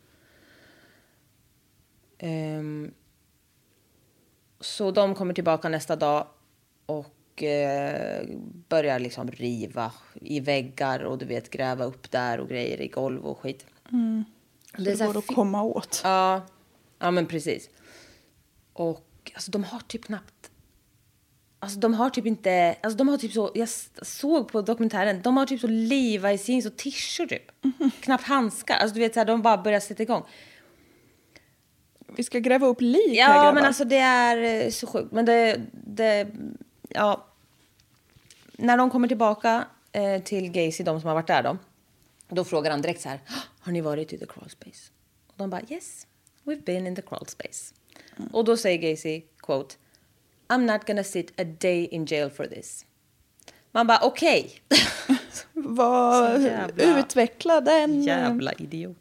Um, så de kommer tillbaka nästa dag och uh, börjar liksom riva i väggar och du vet gräva upp där och grejer i golv och skit. Mm. Så det, det går att fi- komma åt. Ja, ja men precis. Och alltså de har typ knappt Alltså de har typ inte, alltså de har typ så, jag såg på dokumentären, de har typ så Levi's jeans och t-shirt typ. Mm-hmm. Knappt handskar, alltså du vet så här, de bara börjar sätta igång. Vi ska gräva upp lik Ja, här, grabbar. Men alltså det är så sjukt. Men det, det ja. När de kommer tillbaka eh, till Gacy, de som har varit där då. Då frågar han direkt så här, har ni varit i the crawl space? Och de bara, yes, we've been in the crawl space. Mm. Och då säger Gacy, quote, I'm not gonna sit a day in jail for this. Man bara, okej. Okay. Vad utveckla den. Jävla idiot.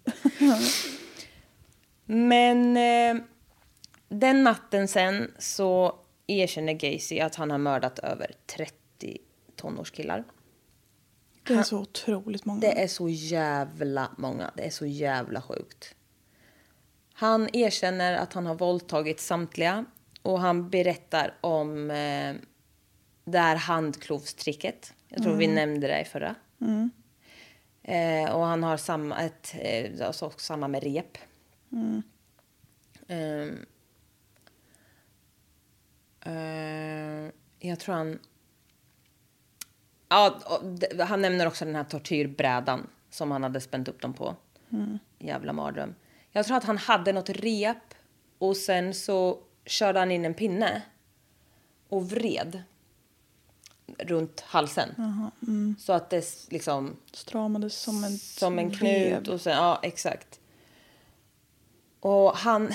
Men eh, den natten sen så erkänner Gacy att han har mördat över trettio tonårskillar. Det är han, så otroligt många. Det är så jävla många. Det är så jävla sjukt. Han erkänner att han har våldtagit samtliga. Och han berättar om eh, det här handklovstricket. Jag tror mm. vi nämnde det i förra. Mm. Eh, och han har samma, ett, eh, alltså samma med rep. Mm. Eh, eh, jag tror han... Ja, han nämner också den här tortyrbrädan som han hade spänt upp dem på. Mm. Jävla mardröm. Jag tror att han hade något rep och sen så körde han in en pinne och vred runt halsen. Aha, mm. Så att det liksom stramades som en som en knut och sen, ja, exakt. Och han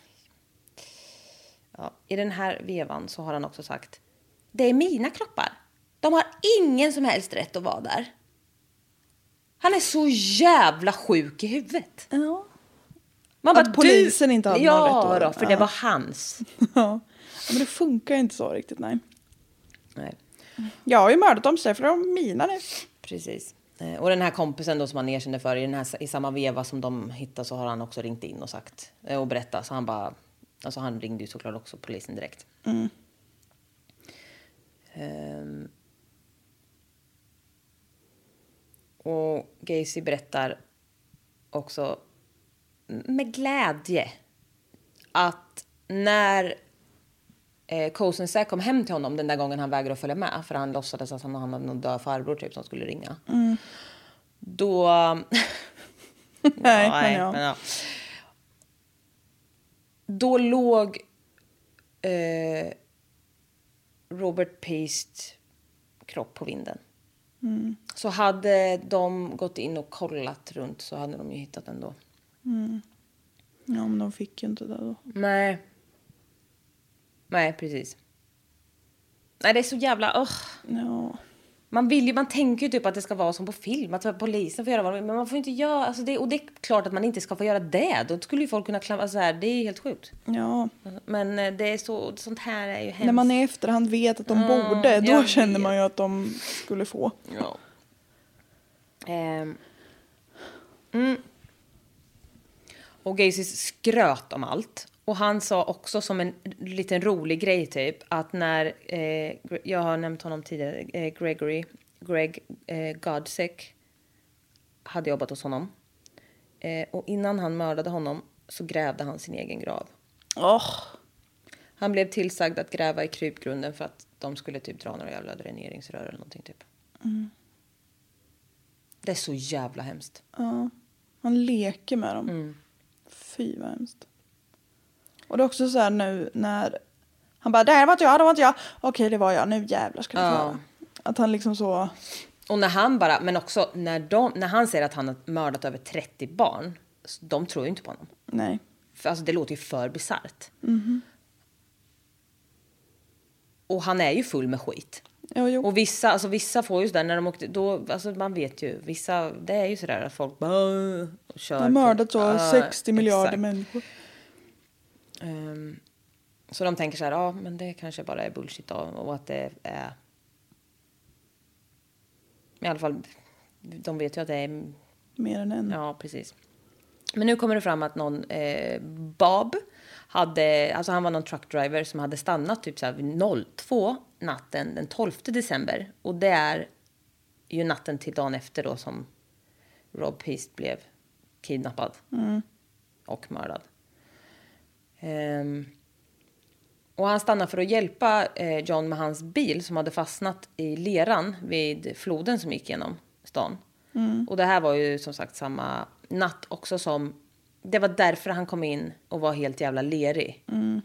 ja, i den här vevan så har han också sagt, det är mina kroppar. De har ingen som helst rätt att vara där. Han är så jävla sjuk i huvudet. Ja. Man att bara, polisen du... inte hade ja, någon rätt att vara då, för ja. det var hans. Ja. Men det funkar inte så riktigt, nej. Nej. Jag har ju mördat dem sig för de är mina nu. Precis. Och den här kompisen då som han erkände för i, den här, i samma veva som de hittade så har han också ringt in och sagt och berättat. Så han bara, alltså han ringde ju såklart också polisen direkt. Mm. Um, och Gacy berättar också med glädje att när eh, Kosensa kom hem till honom den där gången han vägrade att följa med för han låtsades att han hade någon död farbror typ som skulle ringa. Mm. Då nej, ja, nej, men ja. men ja. Då låg eh, Robert Paste kropp på vinden. Mm. Så hade de gått in och kollat runt så hade de ju hittat den då. Mm. Ja, men de fick ju inte det då. Nej. Nej, precis. Nej, det är så jävla... Oh. Ja. Man vill ju, man tänker ju typ att det ska vara som på film. Att polisen får göra vad de vill. Men man får inte göra... Alltså det, och det är klart att man inte ska få göra det. Då skulle ju folk kunna klampa så här. Det är helt sjukt. Ja. Men det är så... Sånt här är ju hemskt. När man i efterhand vet att de mm, borde. Då känner vet. man ju att de skulle få. Ja. Um. Mm. Och Gacy skröt om allt. Och han sa också som en liten rolig grej typ att när, eh, jag har nämnt honom tidigare, eh, Gregory, Greg eh, Godsick hade jobbat hos honom. Eh, och innan han mördade honom så grävde han sin egen grav. Oh. Han blev tillsagd att gräva i krypgrunden för att de skulle typ dra några jävla dräneringsrör eller någonting typ. Mm. Det är så jävla hemskt. Ja, han leker med dem. Mm. Fy vad hemskt. Och det är också så här nu när han bara, det var inte jag, det var inte jag. Okej, det var jag, nu jävlar ska jag få höra. Att han liksom så... Och när han bara, men också när, de, när han säger att han har mördat över trettio barn, de tror ju inte på honom. Nej. För alltså det låter ju för bizarrt. Mm-hmm. Och han är ju full med skit. Jo, jo. Och vissa, alltså vissa får ju sådär när de åkte, då, alltså man vet ju, vissa, det är ju sådär att folk bara kör. De har mördat så uh, sextio miljarder exakt. människor. Um, så de tänker så här, ja men det kanske bara är bullshit då, och att det är I alla fall, de vet ju att det är... Mer än en. Ja, precis. Men nu kommer det fram att någon, eh, Bob, hade, alltså han var någon truckdriver som hade stannat typ så här vid noll två natten den tolfte december. Och det är ju natten till dagen efter då som Rob Peast blev kidnappad mm. och mördad. Um, och han stannade för att hjälpa eh, John med hans bil som hade fastnat i leran vid floden som gick genom stan. Mm. Och det här var ju som sagt samma natt också som... Det var därför han kom in och var helt jävla lerig. Mm.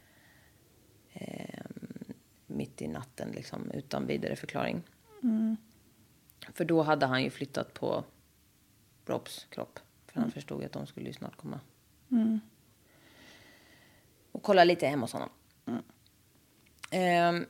Eh, mitt i natten liksom, utan vidare förklaring. Mm. För då hade han ju flyttat på Robs kropp. För han mm. förstod att de skulle ju snart komma. Mm. Och kolla lite hem hos honom. Mm. Eh,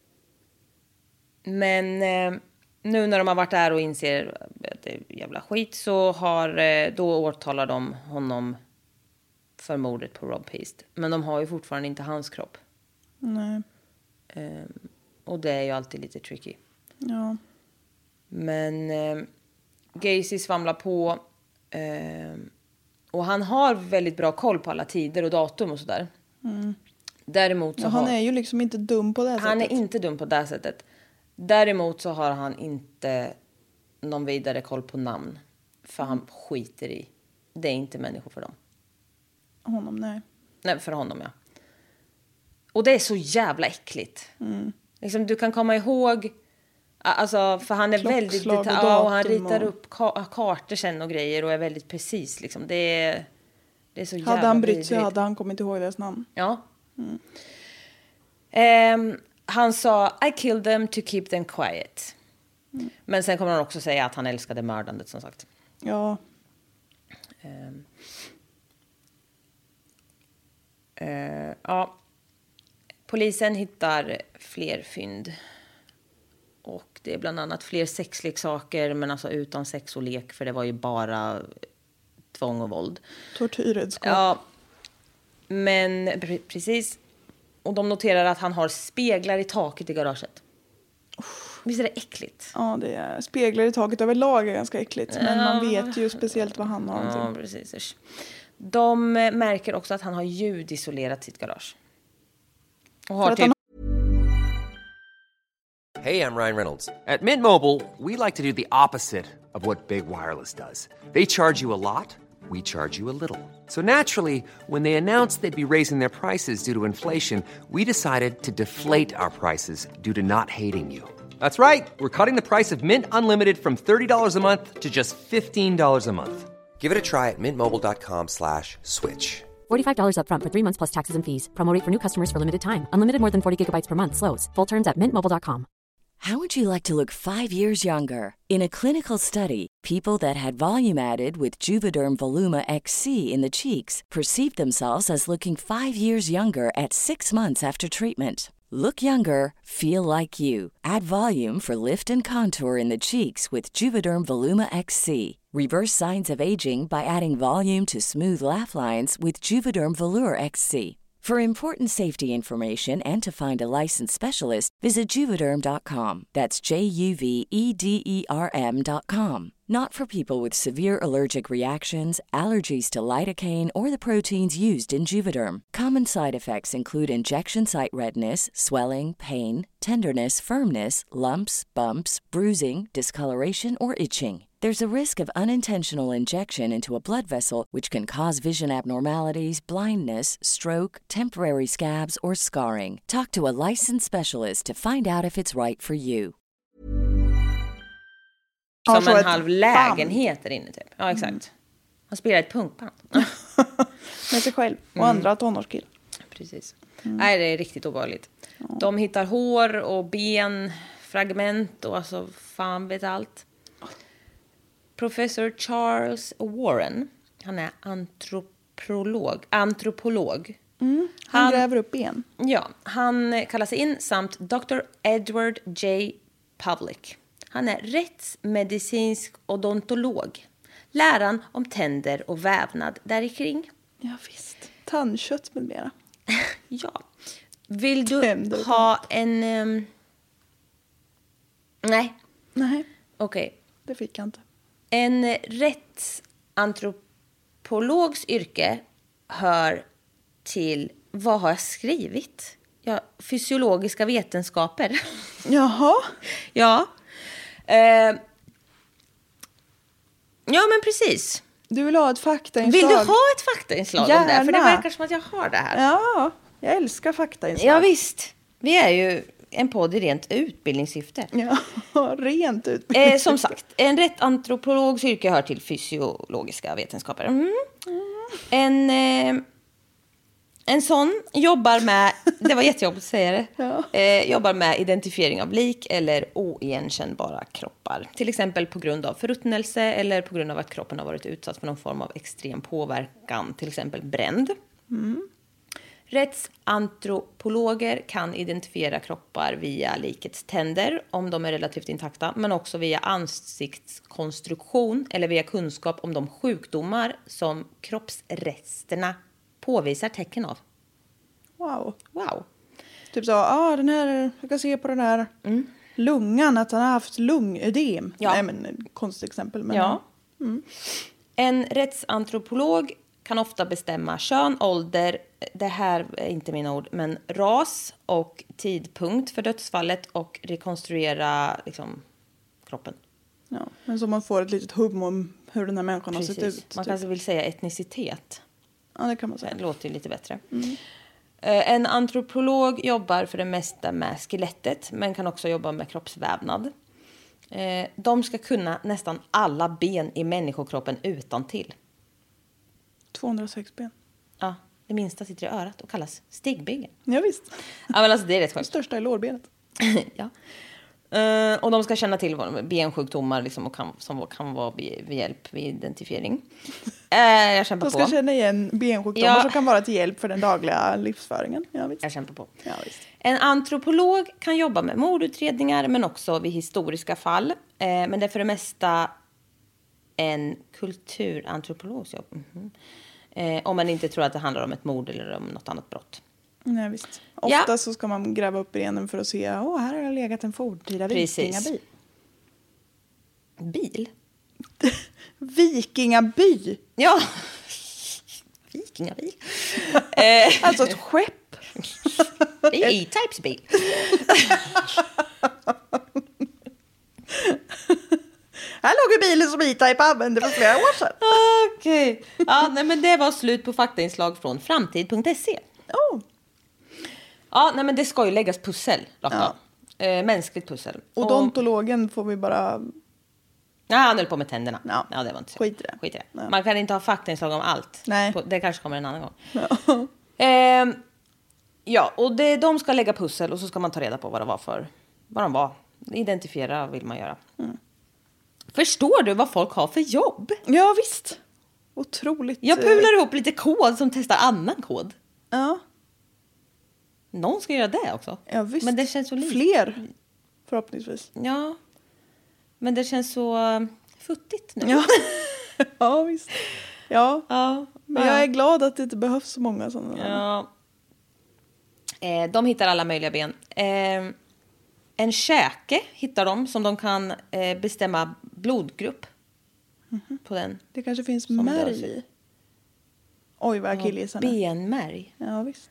men... Eh, Nu när de har varit där och inser att det är jävla skit så har, då årtalar de honom för mordet på Rob Peast. Men de har ju fortfarande inte hans kropp. Nej. Um, och det är ju alltid lite tricky. Ja. Men um, Gacy svamlar på. Um, och han har väldigt bra koll på alla tider och datum och sådär. Mm. Däremot så ja, har, han är ju liksom inte dum på det här han sättet. Han är inte dum på det här sättet. Däremot så har han inte någon vidare koll på namn. För han skiter i. Det är inte människor för dem. Honom, nej. Nej, för honom, ja. Och det är så jävla äckligt. Mm. Liksom, du kan komma ihåg... Alltså, för han är väldigt... Och, deta- ja, och han ritar och... upp ka- kartor sen och grejer och är väldigt precis. Liksom. Det, är, det är så jävla... Hade han brytt sig hade han kommit ihåg deras namn. Ja. Mm. Um, Han sa, I killed them to keep them quiet. Mm. Men sen kommer han också säga att han älskade mördandet, som sagt. Ja. Um, uh, ja. Polisen hittar fler fynd. Och det är bland annat fler sexleksaker, men alltså utan sex och lek. För det var ju bara tvång och våld. Tortyrredskap. Ja, men pre- precis. Och de noterar att han har speglar i taket i garaget. Visst är det äckligt? Ja, det är speglar i taket överlag är ganska äckligt. Men ja. Man vet ju speciellt vad han har. Ja, precis. De märker också att han har ljudisolerat sitt garage. Och har typ... Han... Hey, I'm Ryan Reynolds. At Mint Mobile, we like to do the opposite of what Big Wireless does. They charge you a lot. We charge you a little. So naturally, when they announced they'd be raising their prices due to inflation, we decided to deflate our prices due to not hating you. That's right. We're cutting the price of Mint Unlimited from thirty dollars a month to just fifteen dollars a month. Give it a try at mintmobile.com slash switch. forty-five dollars up front for three months plus taxes and fees. Promo rate for new customers for limited time. Unlimited more than forty gigabytes per month. Slows full terms at mint mobile dot com. How would you like to look five years younger? In a clinical study, people that had volume added with Juvederm Voluma X C in the cheeks perceived themselves as looking five years younger at six months after treatment. Look younger, feel like you. Add volume for lift and contour in the cheeks with Juvederm Voluma X C. Reverse signs of aging by adding volume to smooth laugh lines with Juvederm Volure X C. For important safety information and to find a licensed specialist, visit Juvederm dot com. That's J U V E D E R M dot com. Not for people with severe allergic reactions, allergies to lidocaine, or the proteins used in Juvederm. Common side effects include injection site redness, swelling, pain, tenderness, firmness, lumps, bumps, bruising, discoloration, or itching. There's a risk of unintentional injection into a blood vessel, which can cause vision abnormalities, blindness, stroke, temporary scabs, or scarring. Talk to a licensed specialist to find out if it's right for you. Som en halv lägenhet där inne typ. Ja, exakt. Mm. Han spelar ett punkband. Med sig själv och mm. andra tonårskill. Precis. Mm. Nej, det är riktigt obehagligt. Ja. De hittar hår och ben, fragment och alltså fan vet allt. Professor Charles Warren, han är antropolog. antropolog. Mm, han, han gräver upp ben. Ja, han kallas in samt doktor Edward J. Pavlik. Han är rättsmedicinsk odontolog. Läran om tänder och vävnad där kring. Ja visst, tandkött med mera. Ja. Vill du tänder. ha en... Um... Nej. Nej. Okej. Okay. Det fick jag inte. En rättsantropologs yrke hör till, vad har jag skrivit? Ja, fysiologiska vetenskaper. Jaha. Ja. Eh, ja, men precis. Du vill ha ett faktainslag. Vill du ha ett faktainslag Gärna. om det? För det verkar som att jag har det här. Ja, jag älskar faktainslag. Ja, visst. Vi är ju en podd i rent utbildningssyfte. Ja, rent utbildningssyfte. Eh, som sagt, en rätt antropologs yrke hör till fysiologiska vetenskaper. Mm. Mm. En, eh, en sån jobbar med, det var jättejobbigt att säga det, ja. eh, jobbar med identifiering av lik eller oigenkännbara kroppar. Till exempel på grund av förruttnelse eller på grund av att kroppen har varit utsatt för någon form av extrem påverkan, till exempel bränd. Mm. Rättsantropologer kan identifiera kroppar via likets tänder om de är relativt intakta, men också via ansiktskonstruktion eller via kunskap om de sjukdomar som kroppsresterna påvisar tecken av. Wow. Wow. Typ så, ja ah, den här, jag kan se på den här mm. lungan att han har haft lungödem. Ja. Nej men konstigt exempel. Men ja. Mm. En rättsantropolog kan ofta bestämma kön, ålder, det här är inte mina ord, men ras och tidpunkt för dödsfallet och rekonstruera liksom, kroppen. Ja, men så man får ett litet hum om hur den här människan Precis. har sett ut. Man typ. kanske vill säga etnicitet. Ja, det kan man säga. Det låter ju lite bättre. Mm. En antropolog jobbar för det mesta med skelettet, men kan också jobba med kroppsvävnad. De ska kunna nästan alla ben i människokroppen utan till. tvåhundrasex ben. Ja, det minsta sitter i örat och kallas stigbygel. Ja, visst. Ja, men alltså det är rätt sjukt. Det största är lårbenet. Ja. Uh, och de ska känna till bensjukdomar liksom, och kan, som kan vara vid, vid hjälp vid identifiering. Uh, jag kämpar de ska på. känna igen bensjukdomar ja. som kan vara till hjälp för den dagliga livsföringen. Ja, visst. Jag kämpar på. Ja, visst. En antropolog kan jobba med mordutredningar men också vid historiska fall. Uh, men det är för det mesta en kulturantropologs jobb. Mm-hmm. Uh, om man inte tror att det handlar om ett mord eller om något annat brott. Nej, visst. Ofta ja. så ska man gräva upp benen för att se, åh, här har det legat en forntida vikingaby. Bil? Vikingaby? Ja. Vikingabil. Alltså ett skepp. Det är E-Types bil. Här låg ju bilen som E-Type använde för flera år sedan. Okej. Okay. Ja, nej, men det var slut på faktainslag från framtid punkt se. Oh. Ja, nej, men det ska ju läggas pussel. Ja. Äh, mänskligt pussel. Odontologen och... får vi bara... Nej, han höll på med tänderna. Ja, ja det var inte så. Skit i det. Skit i det. Ja. Man kan inte ha faktainslag om allt. Nej. Det kanske kommer en annan gång. Ja, eh, ja och det, de ska lägga pussel och så ska man ta reda på vad det var för... Vad de var. Identifiera vill man göra. Mm. Förstår du vad folk har för jobb? Ja, visst. Otroligt. Jag pular ihop lite kod som testar annan kod. Ja. Någon ska göra det också. Ja, visst. Men det känns så lite. Fler, förhoppningsvis. Ja. Men det känns så futtigt nu. Ja, ja visst. Ja. ja. Men jag är glad att det inte behövs så många sådana. Ja. Eh, de hittar alla möjliga ben. Eh, en käke hittar de som de kan eh, bestämma blodgrupp mm-hmm. på den. Det kanske finns märg i. Oj, vad akillesarna. Ja, benmärg. Ja, visst.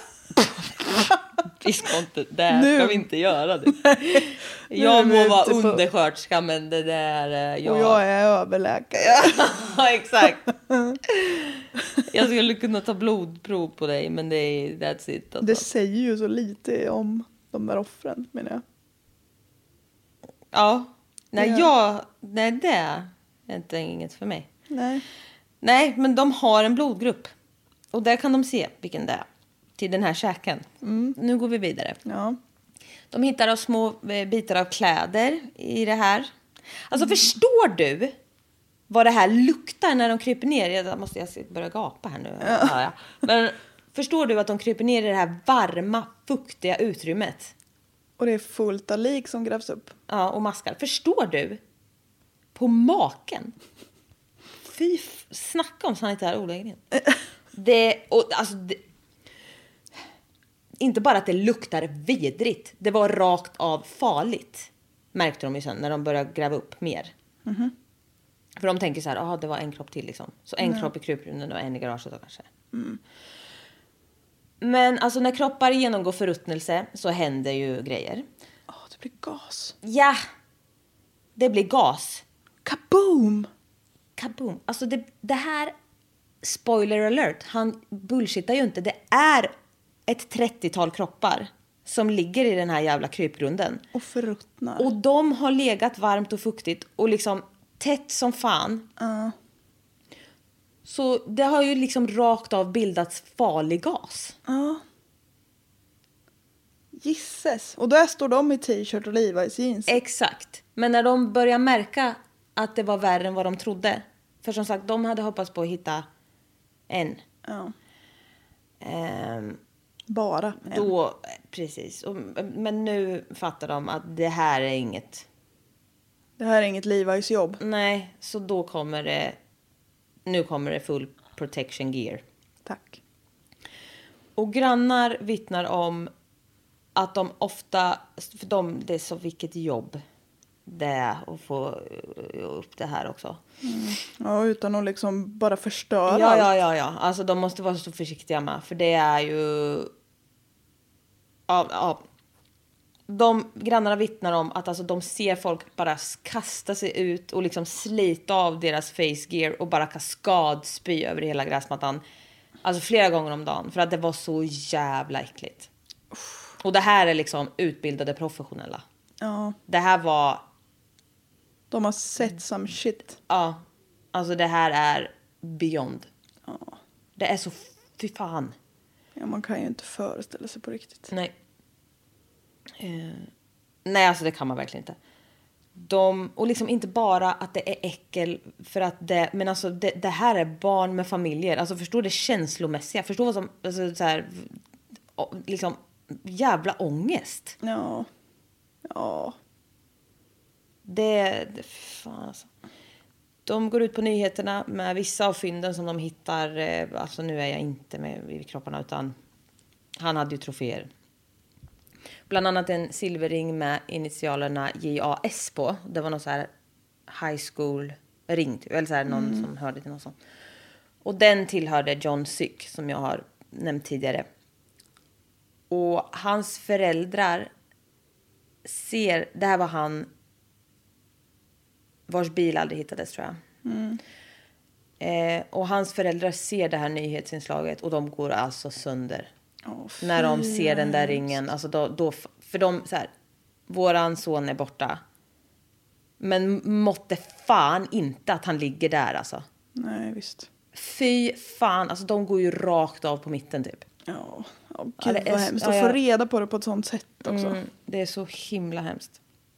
Vi ska inte, där nu. Ska vi inte göra det. Jag må vara undersköterska, men det där... Jag... Och jag är överläkare. Ja, exakt. Jag skulle kunna ta blodprov på dig, men det är that's it. Alltså. Det säger ju så lite om de där offren, menar jag. Ja. Nej, ja. jag... Nej, det är inte inget för mig. Nej. Nej, men de har en blodgrupp. Och där kan de se vilken det är. Till den här käken. Mm. Nu går vi vidare. Ja. De hittar små bitar av kläder i det här. Alltså mm. förstår du vad det här luktar när de kryper ner? Jag måste jag börja gapa här nu. Ja. Ja, ja. Men förstår du att de kryper ner i det här varma, fuktiga utrymmet? Och det är fullt av lik som grävs upp. Ja, och maskar. Förstår du på maken? Fy, snacka om sanitär olägenhet. Det, och, alltså, det, inte bara att det luktar vidrigt. Det var rakt av farligt. Märkte de ju sen när de började gräva upp mer. Mm-hmm. För de tänker så här, ja det var en kropp till liksom. Så en mm. kropp i krypgrunden och en i garaget då kanske. Mm. Men alltså när kroppar genomgår förruttnelse så händer ju grejer. Ja, oh, det blir gas. Ja, det blir gas. Kaboom! Kaboom. Alltså det, det här, spoiler alert, han bullshittar ju inte. Det är ett trettiotal kroppar som ligger i den här jävla krypgrunden. Och förruttnar. Och de har legat varmt och fuktigt och liksom tätt som fan. Uh. Så det har ju liksom rakt av bildats farlig gas. Ja. Uh. Gisses. Och där står de i t-shirt och Levi's jeans. Exakt. Men när de börjar märka att det var värre än vad de trodde. För som sagt, de hade hoppats på att hitta en. Ja. Um, Bara en. Då, precis. Och, men nu fattar de att det här är inget. Det här är inget Levi's jobb. Nej, så då kommer det. Nu kommer det full protection gear. Tack. Och grannar vittnar om att de ofta, för dem, det är så vilket jobb det är att få upp det här också. Mm. Ja, utan att liksom bara förstöra ja, allt. Ja, ja, ja. Alltså de måste vara så försiktiga med. För det är ju... Ja, ja. De grannarna vittnar om att alltså, de ser folk bara kasta sig ut och liksom slita av deras face gear och bara kaskadspy över hela gräsmattan. Alltså flera gånger om dagen. För att det var så jävla äckligt. Och det här är liksom utbildade professionella. Ja. Det här var... De har sett some shit. Ja. Alltså det här är beyond. Ja. Det är så... Fy fan. Ja, man kan ju inte föreställa sig på riktigt. Nej. Uh, nej, alltså det kan man verkligen inte. De, och liksom inte bara att det är äckel för att det... Men alltså det, det här är barn med familjer. Alltså förstår det känslomässiga. Förstår vad som... Alltså så här... Liksom... Jävla ångest. Ja. Ja. Det, det fan alltså. De går ut på nyheterna med vissa av fynden som de hittar. Alltså nu är jag inte med i kropparna utan han hade ju troféer. Bland annat en silverring med initialerna J A S på. Det var någon så här high school ring typ. Eller så här någon mm. som hörde till någon sån. Och den tillhörde John Syk som jag har nämnt tidigare. Och hans föräldrar ser, det här var han vars bil aldrig hittades tror jag. Mm. Eh, och hans föräldrar ser det här nyhetsinslaget och de går alltså sönder. Oh, när de ser den där ringen. Alltså då, då, för de så här, våran son är borta. Men måtte fan inte att han ligger där alltså. Nej, visst. Fy fan, alltså de går ju rakt av på mitten typ. Ja, oh, gud ja, det vad är, hemskt. Ja, att ja. få reda på det på ett sånt sätt också. Mm, det är så himla hemskt.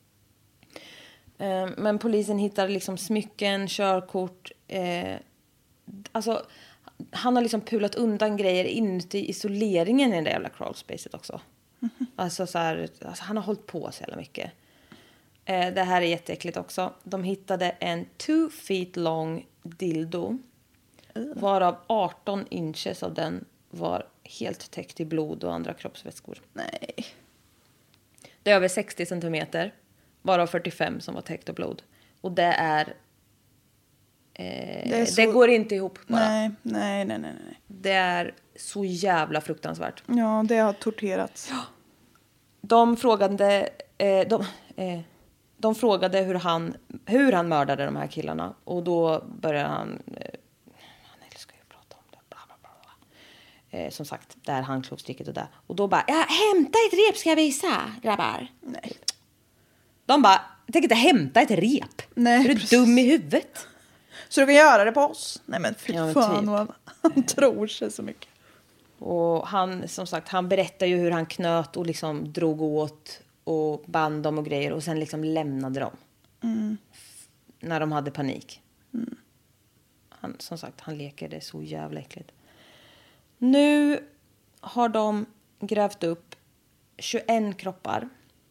Eh, men polisen hittar liksom smycken, körkort. Eh, alltså, han har liksom pulat undan grejer inuti isoleringen i den där jävla crawlspacet också. Mm-hmm. Alltså, så här, alltså han har hållit på så jävla mycket. Eh, det här är jätteäckligt också. De hittade en two feet long dildo. Mm. Varav arton inches av den var helt täckt i blod och andra kroppsvätskor. Nej. Det är över sextio centimeter. Varav fyrtiofem som var täckt av blod. Och det är... Eh, det, är så... det går inte ihop bara. Nej, nej, nej, nej, nej. Det är så jävla fruktansvärt. Ja, det har torterats. De frågade... Eh, de, eh, de frågade hur han, hur han mördade de här killarna. Och då började han... Eh, han älskar ju att prata om det. Bla, bla, bla, bla. Eh, som sagt, där handkloppssticket och där. Och då bara... Ja, hämta ett rep ska jag visa, grabbar. Nej. De bara... Jag tänker inte hämta ett rep. Nej, är du precis. dum i huvudet? Så du kan göra det på oss? Nej men fy ja, fan typ. vad han tror sig så mycket. Och han, som sagt, han berättar ju hur han knöt och liksom drog åt och band dem och grejer. Och sen liksom lämnade dem. Mm. När de hade panik. Mm. Han, som sagt, han leker det så jävla äckligt. Nu har de grävt upp tjugoen kroppar.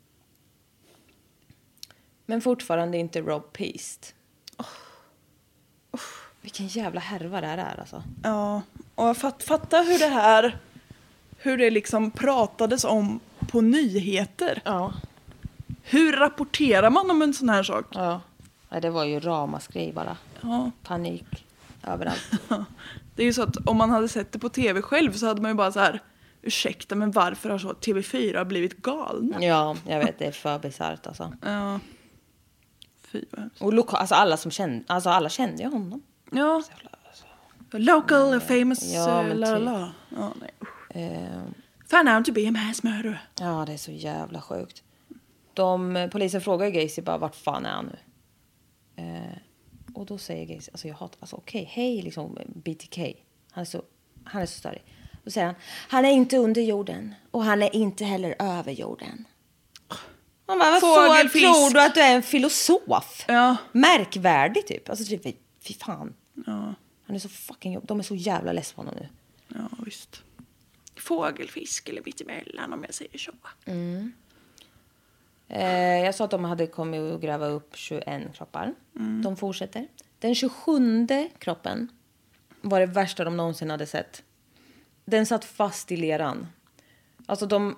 Men fortfarande inte Rob Peast. Oh. Oh. Vilken jävla härva det här är alltså. Ja, och fatt, fatta hur det här, hur det liksom pratades om på nyheter. Ja. Hur rapporterar man om en sån här sak? Ja, ja det var ju ramaskri bara. Ja. Panik överallt. Det är ju så att om man hade sett det på tv själv så hade man ju bara så här, ursäkta, men varför har så T V fyra blivit galna? Ja, jag vet, det är för bisarrt alltså. Ja. Fy vad hemskt. Och loka- alltså alla som kände, alltså alla kände ju honom. Ja. Local, famous, Ja, uh, men la la typ. la. Ja, nej. Eh, Found out to be a mass murderer. ja, det är så jävla sjukt. De, polisen frågar Gacy bara, vart fan är han nu? Eh, och då säger Gacy, alltså jag hatar, alltså okej, okay, hej liksom B T K. Han är så, han är så större. Då säger han, han är inte under jorden och han är inte heller över jorden. Man bara, vad så tror du att du är en filosof? Ja. Märkvärdig typ. Alltså typ, fy, fy fan. Ja. Han är så fucking jobb. De är så jävla less på honom nu. Ja, visst. Fågelfisk eller mittemellan om jag säger så. Mm. Eh, jag sa att de hade kommit att gräva upp tjugoen kroppar. Mm. De fortsätter. Den tjugosjunde kroppen var det värsta de någonsin hade sett. Den satt fast i leran. Alltså de...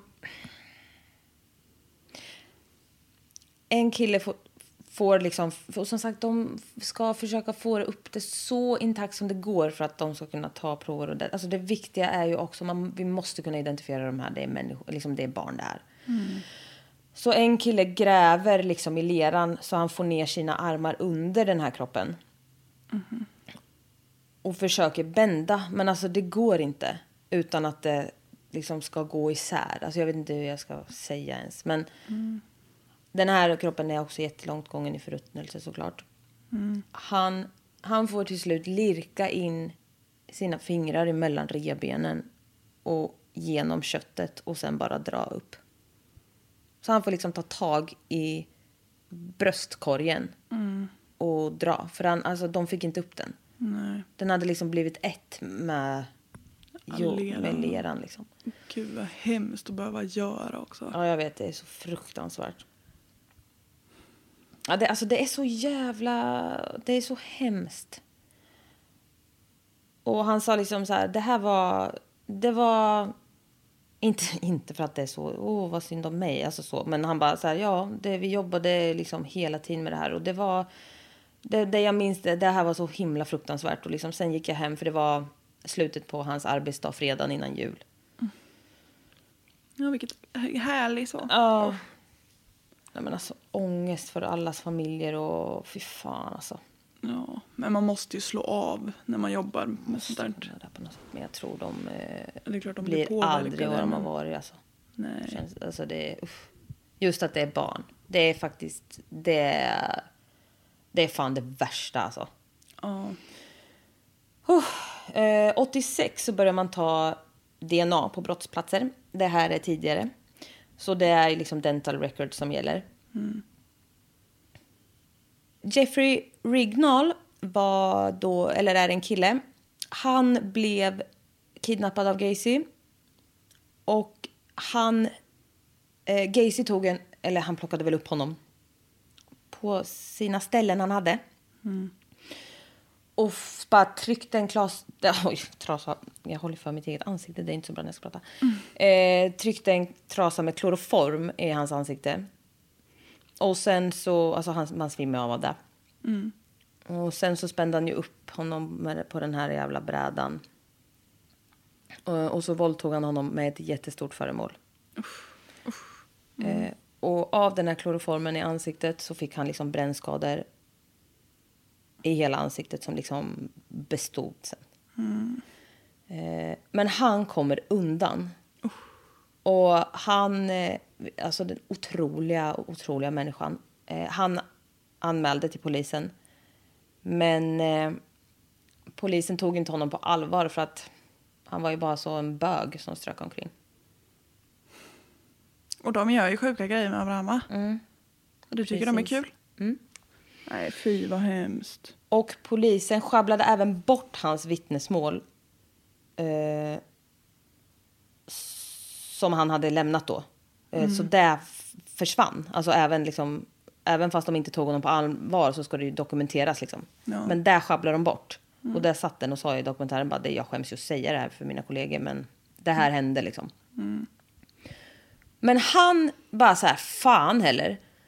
En kille får, får liksom... Och som sagt, de ska försöka få upp det så intakt som det går för att de ska kunna ta prover. Och det. Alltså det viktiga är ju också... Man, vi måste kunna identifiera de här. Det är, människor, liksom det är barn där. Mm. Så en kille gräver liksom i leran så han får ner sina armar under den här kroppen. Mm. Och försöker bända. Men alltså det går inte. Utan att det liksom ska gå isär. Alltså jag vet inte hur jag ska säga ens. Men mm. den här kroppen är också jättelångt gången i förruttnelse såklart. Mm. Han, han får till slut lirka in sina fingrar emellan revbenen. Och genom köttet och sen bara dra upp. Så han får liksom ta tag i bröstkorgen mm. och dra. För han, alltså, de fick inte upp den. Nej. Den hade liksom blivit ett med, jo, leran. med leran. Liksom. Gud vad hemskt att behöva göra också. Ja, jag vet. Det är så fruktansvärt. Ja, det, alltså, det är så jävla... Det är så hemskt. Och han sa liksom så här... Det här var... Det var... Inte, inte för att det är så, åh vad synd om mig, alltså så. Men han bara så här, ja, det, vi jobbade liksom hela tiden med det här. Och det var, det, det jag minns, det, det här var så himla fruktansvärt. Och liksom, sen gick jag hem för det var slutet på hans arbetsdag, fredagen innan jul. Mm. Ja, vilket härligt så. Ja. Nej, men alltså, ångest för allas familjer och fy fan alltså. Ja, men man måste ju slå av när man jobbar med sånt där. Men jag tror de, eh, det är klart de blir, blir aldrig vad de har varit. Alltså. Nej. Det känns, alltså det är, uff. Just att det är barn. Det är faktiskt, det är, det är fan det värsta alltså. Ja. Uh, eh, åttiosex så börjar man ta D N A på brottsplatser. Det här är tidigare. Så det är liksom dental record som gäller. Mm. Jeffrey Rignall var då, eller är en kille. Han blev kidnappad av Gacy. Och han, eh, Gacy tog en, eller han plockade väl upp honom på sina ställen han hade. Mm. Och bara tryckte en klas, oj, trasa, jag håller för mitt eget ansikte, det är inte så bra när jag ska prata. Mm. Eh, tryckte en trasa med kloroform i hans ansikte. Och sen så, alltså han, man svimmade av av det. Mm. Och sen så spände han ju upp honom med, på den här jävla brädan. Och, och så våldtog han honom med ett jättestort föremål. Uff, uff. Mm. Eh, och av den här kloroformen i ansiktet så fick han liksom brännskador i hela ansiktet som liksom bestod sen. Mm. Eh, men han kommer undan. Uff. Och han, eh, alltså den otroliga, otroliga människan. Eh, han anmälde till polisen. Men eh, polisen tog inte honom på allvar för att han var ju bara så en bög som strök omkring. Och de gör ju sjuka grejer med varandra. Mm. Och du tycker Precis. de är kul? Mm. Nej, fy vad hemskt. Och polisen sjabblade även bort hans vittnesmål. Eh, som han hade lämnat då. Eh, mm. Så det försvann. Alltså även liksom... Även fast de inte tog honom på allvar så ska det ju dokumenteras liksom. Ja. Men där sjabblar de bort. Mm. Och där satt den och sa i dokumentären bara, det jag skäms ju att säga det här för mina kollegor. Men det här mm. hände liksom. Mm. Men han bara så här, fan heller.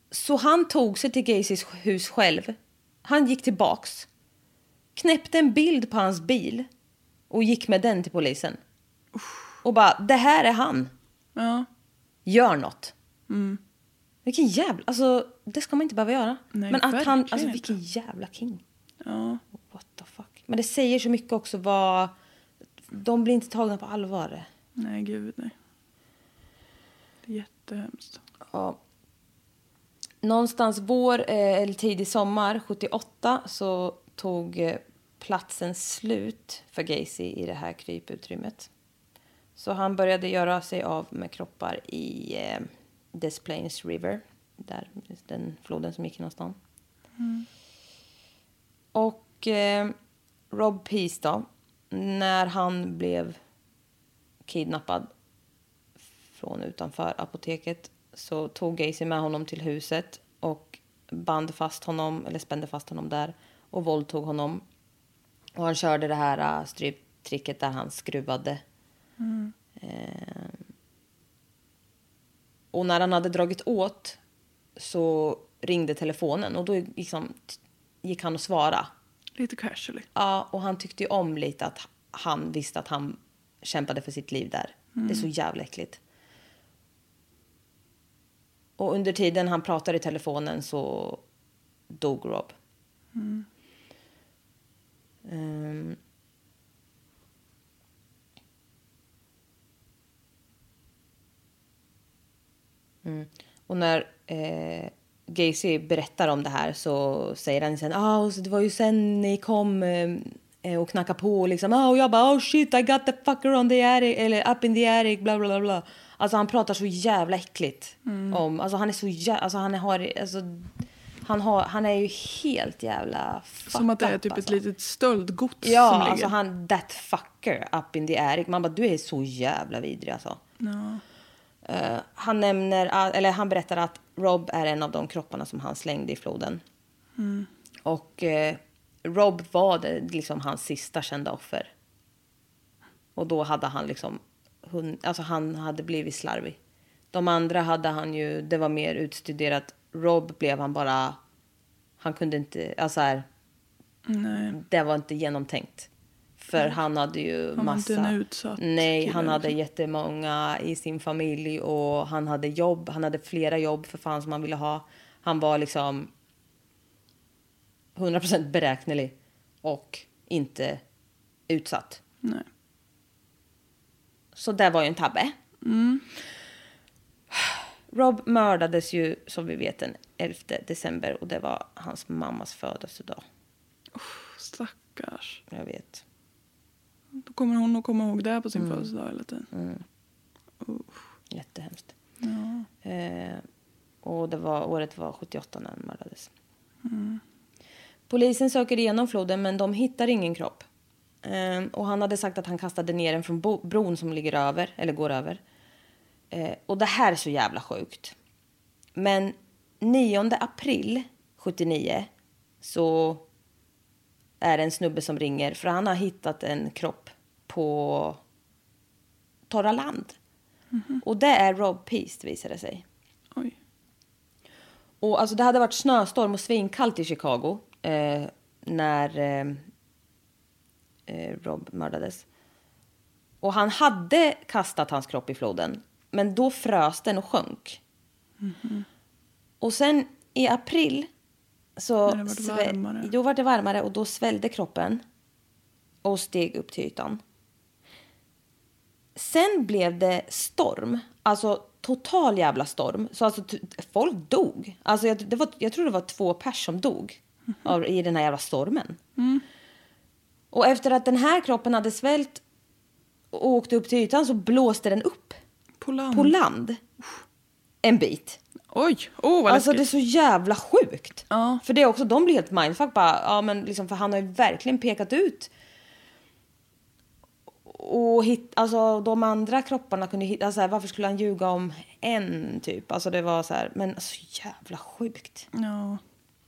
Så han tog sig till Gacys hus själv. Han gick tillbaks. Knäppte en bild på hans bil. Och gick med den till polisen. Uff. Och bara, det här är han. Ja. Gör något. Mm. Vilken jävla... Alltså, det ska man inte behöva göra. Nej, men att han... Alltså, inte. vilken jävla king. Ja. What the fuck. Men det säger så mycket också vad... De blir inte tagna på allvar. Nej, gud, nej. Det är jättehemskt. Ja. Någonstans vår eller tidig sommar sjuttioåtta så tog platsen slut för Gacy i det här kryputrymmet. Så han började göra sig av med kroppar i eh, Des Plaines River. Där, den floden som gick genom stan. Mm. Och eh, Rob Peace då. När han blev kidnappad från utanför apoteket så tog Gacy med honom till huset och band fast honom, eller spände fast honom där och våldtog honom. Och han körde det här uh, stryptricket där han skruvade. Mm. Eh, och när han hade dragit åt så ringde telefonen och då liksom t- gick han och svara. Lite casually. Ja, och han tyckte ju om lite att han visste att han kämpade för sitt liv där. Mm. Det är så jävla äckligt. Och under tiden han pratade i telefonen så dog Rob. Mm. Um. Mm. Och när eh, Gacy berättar om det här så säger han sen, ah, oh, det var ju sen ni kom eh, och knackade på liksom, ah, och jag bara, oh shit, I got the fucker on the attic, eller up in the attic, bla bla bla. Alltså han pratar så jävla äckligt mm. om, alltså han är så jävla, alltså han har, alltså han har, han är ju helt jävla som att det är up, typ alltså. Ett litet stöldgods ja, som ligger. alltså han, that fucker up in the attic, man bara, du är så jävla vidrig alltså. Ja. Uh, han nämner, eller han berättar att Rob är en av de kropparna som han slängde i floden. Mm. Och uh, Rob var det, liksom hans sista kända offer. Och då hade han liksom, hund, alltså han hade blivit slarvig. De andra hade han ju, det var mer utstuderat. Rob blev han bara, han kunde inte, alltså här, nej. Det var inte genomtänkt. För nej. Han hade ju han massa... Han var inte en utsatt nej, kille, han hade också. Jättemånga i sin familj. Och han hade jobb. Han hade flera jobb för fan som han ville ha. Han var liksom hundra procent beräknelig. Och inte utsatt. Nej. Så det var ju en tabbe. Mm. Rob mördades ju, som vi vet, den elfte december. Och det var hans mammas födelsedag. Oh, stackars. Jag vet. Då kommer hon att komma ihåg det på sin mm. födelsedag hela tiden. Mm. Uh. Jättehemskt. Ja. Eh, och det var, året var sjuttioåtta när han mördades. Mm. Polisen söker igenom floden men de hittar ingen kropp. Eh, och han hade sagt att han kastade ner den från bo- bron som ligger över, eller går över. Eh, och det här är så jävla sjukt. Men nionde april sjuttionio så är det en snubbe som ringer. För han har hittat en kropp på torra land. Mm-hmm. Och det är Rob Peace, visar det sig. Oj. Och alltså det hade varit snöstorm och svinkallt i Chicago. Eh, när eh, eh, Rob mördades. Och han hade kastat hans kropp i floden. Men då frös den och sjönk. Mm-hmm. Och sen i april... Så det var det varmare. Då var det varmare och då svällde kroppen och steg upp till ytan. Sen blev det storm, alltså total jävla storm. Så alltså t- folk dog. Alltså jag, det var, jag tror det var två pers som dog av, i den här jävla stormen. Mm. Och efter att den här kroppen hade svällt och åkte upp till ytan så blåste den upp. På land. På land. En bit. Oj, oh, vad alltså läskigt. det är så jävla sjukt. Ja. För det är också, de blir helt mindfuck bara, ja men liksom, för han har ju verkligen pekat ut. Och hit, alltså de andra kropparna kunde hitta, alltså, varför skulle han ljuga om en typ? Alltså det var så här, men så jävla sjukt. Ja.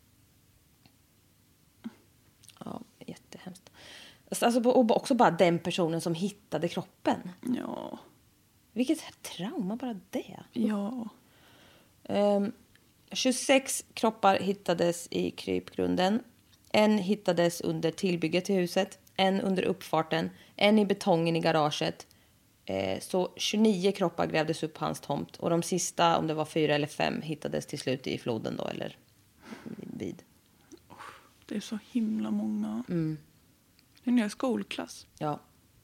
Ja, jättehemskt. Alltså, och också bara den personen som hittade kroppen. Ja. Vilket trauma bara det. Ja. Um, tjugosex kroppar hittades i krypgrunden. En hittades under tillbygget till huset. En under uppfarten. En i betongen i garaget. Eh, så tjugonio kroppar grävdes upp på hans tomt. Och de sista, om det var fyra eller fem, hittades till slut i floden då. Eller vid. Det är så himla många. Mm. Det är en hel skolklass. Ja.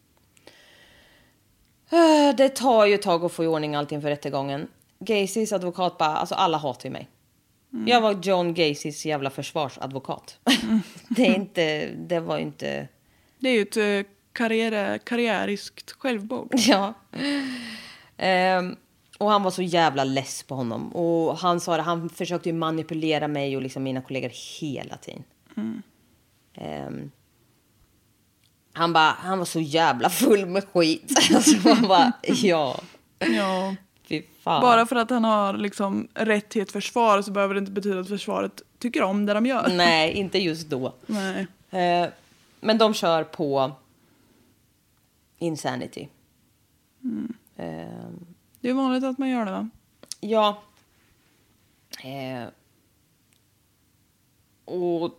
Det tar ju ett tag att få i ordning allting för rättegången. Gacys advokat bara, alltså alla hatar ju mig. Mm. Jag var John Gacys jävla försvarsadvokat. Mm. det är inte, det var inte... Det är ju ett uh, karriär, karriäriskt självmord. Ja. Um, och han var så jävla less på honom. Och han sa det, han försökte ju manipulera mig och liksom mina kollegor hela tiden. Mm. Um, han bara, han var så jävla full med skit. Alltså man bara, ja. Ja. Fy fan. Bara för att han har liksom rätt till ett försvar så behöver det inte betyda att försvaret tycker om det de gör. Nej, inte just då. Nej. Uh, men de kör på insanity. Mm. Uh, det är vanligt att man gör det, va? Ja. Uh, och...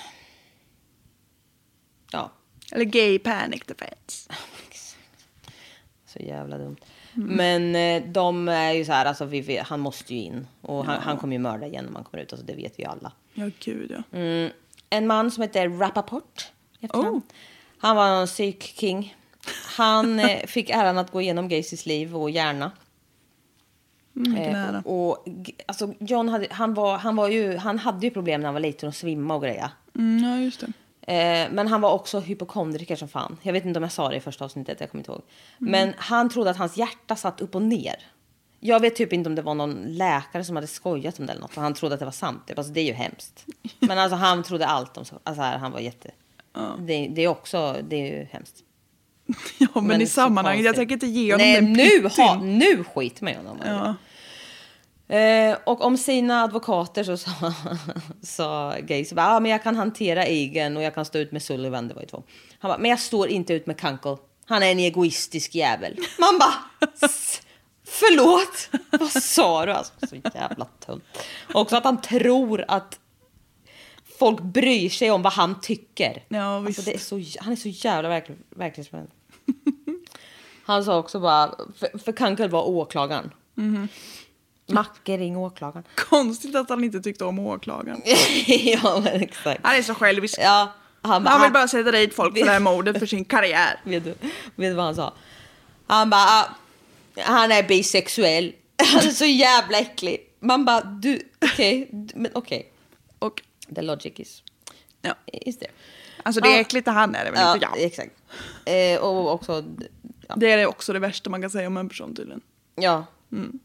Ja. Eller gay panic defense. Så jävla dumt. Mm. Men eh, de är ju så här, alltså vi vet, han måste ju in. Och ja. han, han kommer ju mörda igen om han kommer ut, alltså det vet vi alla. Ja, gud ja. Mm. En man som heter Rappaport. Oh. Han var en psyk-king. Han eh, fick äran att gå igenom Gacys liv och hjärna. Mm, eh, och, och alltså John hade, han var, han var ju, han hade ju problem när han var liten och svimma och grejer. Mm, ja, just det. Eh, men han var också hypokondriker som fan. Jag vet inte om jag sa det i första avsnittet, jag kommer inte ihåg. Mm. Men han trodde att hans hjärta satt upp och ner. Jag vet typ inte om det var någon läkare som hade skojat om det eller något. Och han trodde att det var sant. Alltså, det är ju hemskt. Men alltså han trodde allt om så. Alltså här, han var jätte... Ja. Det, det är också, det är ju hemskt. Ja, men, men i sammanhanget, jag tänker inte ge honom Nej, en nu, ha, nu skit med honom. Ja. Eh, och om sina advokater så sa, sa Gacy bara, ah, men jag kan hantera Egan och jag kan stå ut med Sullivan, det var ju två. Han bara, men jag står inte ut med Kunkel. Han är en egoistisk jävel. Man bara, förlåt, vad sa du? Alltså, så jävla tunt. Också att han tror att folk bryr sig om vad han tycker. Ja, visst. Alltså, det är så, han är så jävla verklig, verklighetsfrån. Han sa också bara, för, för Kunkel var åklagaren. Mhm. Macke, ring åklagaren. Konstigt att han inte tyckte om åklagaren. Ja, men exakt. Han är så självisk. Ja, han, han vill bara sätta dit folk för det här mordet för sin karriär. Vet du, vet du vad han sa? Han bara, ah, han är bisexuell. Han är så jävla äcklig. Man bara, du, okej, okay, men okej. Okay. Och the logic is, ja. is there. Alltså det är ah, äckligt att han är det, men ja, inte jag. Exakt. Eh, och också... Ja. Det är också det värsta man kan säga om en person tydligen. Ja. Mm.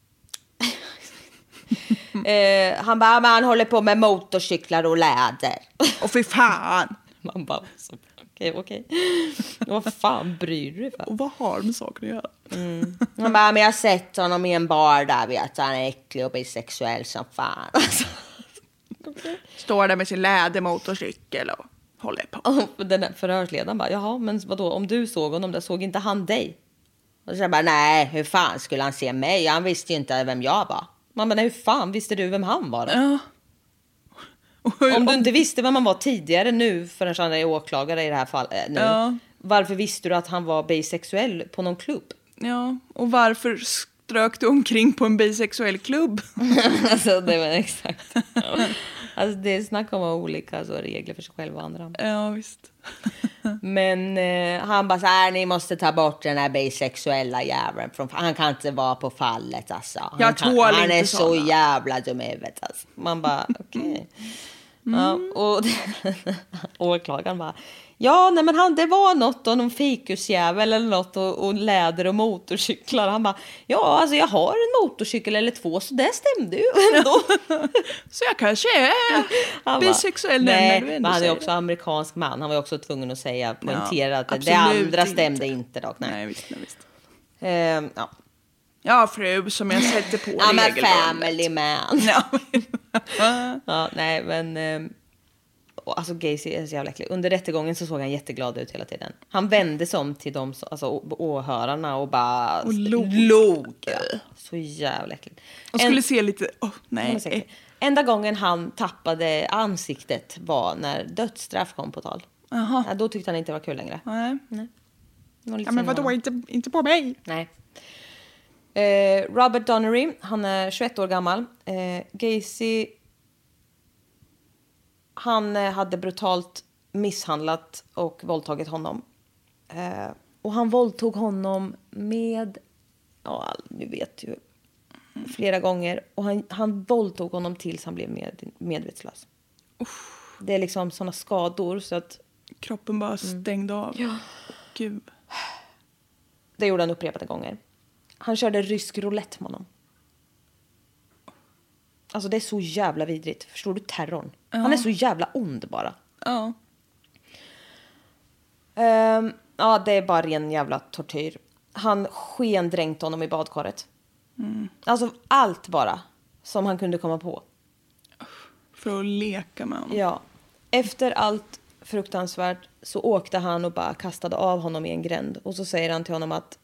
eh, han bara, men han håller på med motorcyklar och läder. Och för fan. Man bara, okej, okej. Vad fan bryr du dig för? Och vad har med saker att göra? Mm. Han bara, men jag har sett honom i en bar där, vet han är äcklig och bisexuell som fan. Okay. Står där med sin lädermotorcykel och håller på. Och den där förhörsledaren bara, jaha, men vadå, om du såg honom där, såg inte han dig? Och så jag bara, nej, hur fan skulle han se mig? Han visste ju inte vem jag var. Man bara, nej, hur fan visste du vem han var då? Ja. Om du inte visste vem man var tidigare nu, förrän han är åklagare i det här fallet nu, ja. Varför visste du att han var bisexuell på någon klubb? Ja, och varför strök du omkring på en bisexuell klubb? Alltså, det var exakt. Alltså, det är snack om olika alltså, regler för sig själv och andra. Ja, visst. Men eh, han bara så här, ni måste ta bort den här bisexuella jäveln. Från, han kan inte vara på fallet, alltså. Han, Jag kan, han är inte så såna. jävla dum i huvudet, alltså. Man bara, okej. Okay. Mm. Ja, och åklagaren bara, ja, nej men han, det var något och någon fikusjävel eller något och, och läder och motorcyklar. Han bara, ja, alltså jag har en motorcykel eller två, så det stämde ju ändå. Så jag kanske är han bisexuell. Bara, nej, men han är också det. Amerikansk man. Han var också tvungen att säga, poängtera ja, att det andra stämde inte dock. Nej, nej visst, nej, visst. Uh, ja. Ja, fru som jag sätter på I'm regelbundet. a family man. Ja. Ja, nej, men... Um, och alltså Gacy är så jävla äcklig. Under rättegången så såg han jätteglad ut hela tiden. Han vände sig om till de alltså, åhörarna och bara och log. log. Ja. Så jävla äckligt. Och skulle en, se lite... Oh, nej. Enda gången han tappade ansiktet var när dödsstraff kom på tal. Aha. Ja, då tyckte han inte det var kul längre. Nej. Nej. Ja, men vadå? Inte, inte på mig. Nej. Eh, Robert Donnery, han är tjugoett år gammal. Eh, Gacy... Han eh, hade brutalt misshandlat och våldtagit honom. Eh, och han våldtog honom med... Ja, ni vet ju. Flera gånger. Och han, han våldtog honom tills han blev med, medvetslös. Uff. Det är liksom såna skador så att... Kroppen bara stängde mm. av. Ja. Gud. Det gjorde han upprepade gånger. Han körde rysk roulette med honom. Alltså det är så jävla vidrigt. Förstår du terrorn? Ja. Han är så jävla ond bara. Ja. Um, ja, det är bara ren jävla tortyr. Han skendränkte honom i badkaret. Mm. Alltså allt bara som han kunde komma på. För att leka med honom. Ja. Efter allt fruktansvärt så åkte han och bara kastade av honom i en gränd. Och så säger han till honom att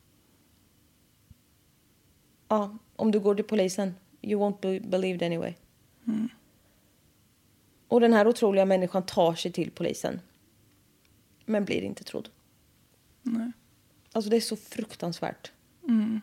ja, om du går till polisen, you won't be believed anyway. Mm. Och den här otroliga människan tar sig till polisen. Men blir inte trodd. Nej. Alltså det är så fruktansvärt. Mm.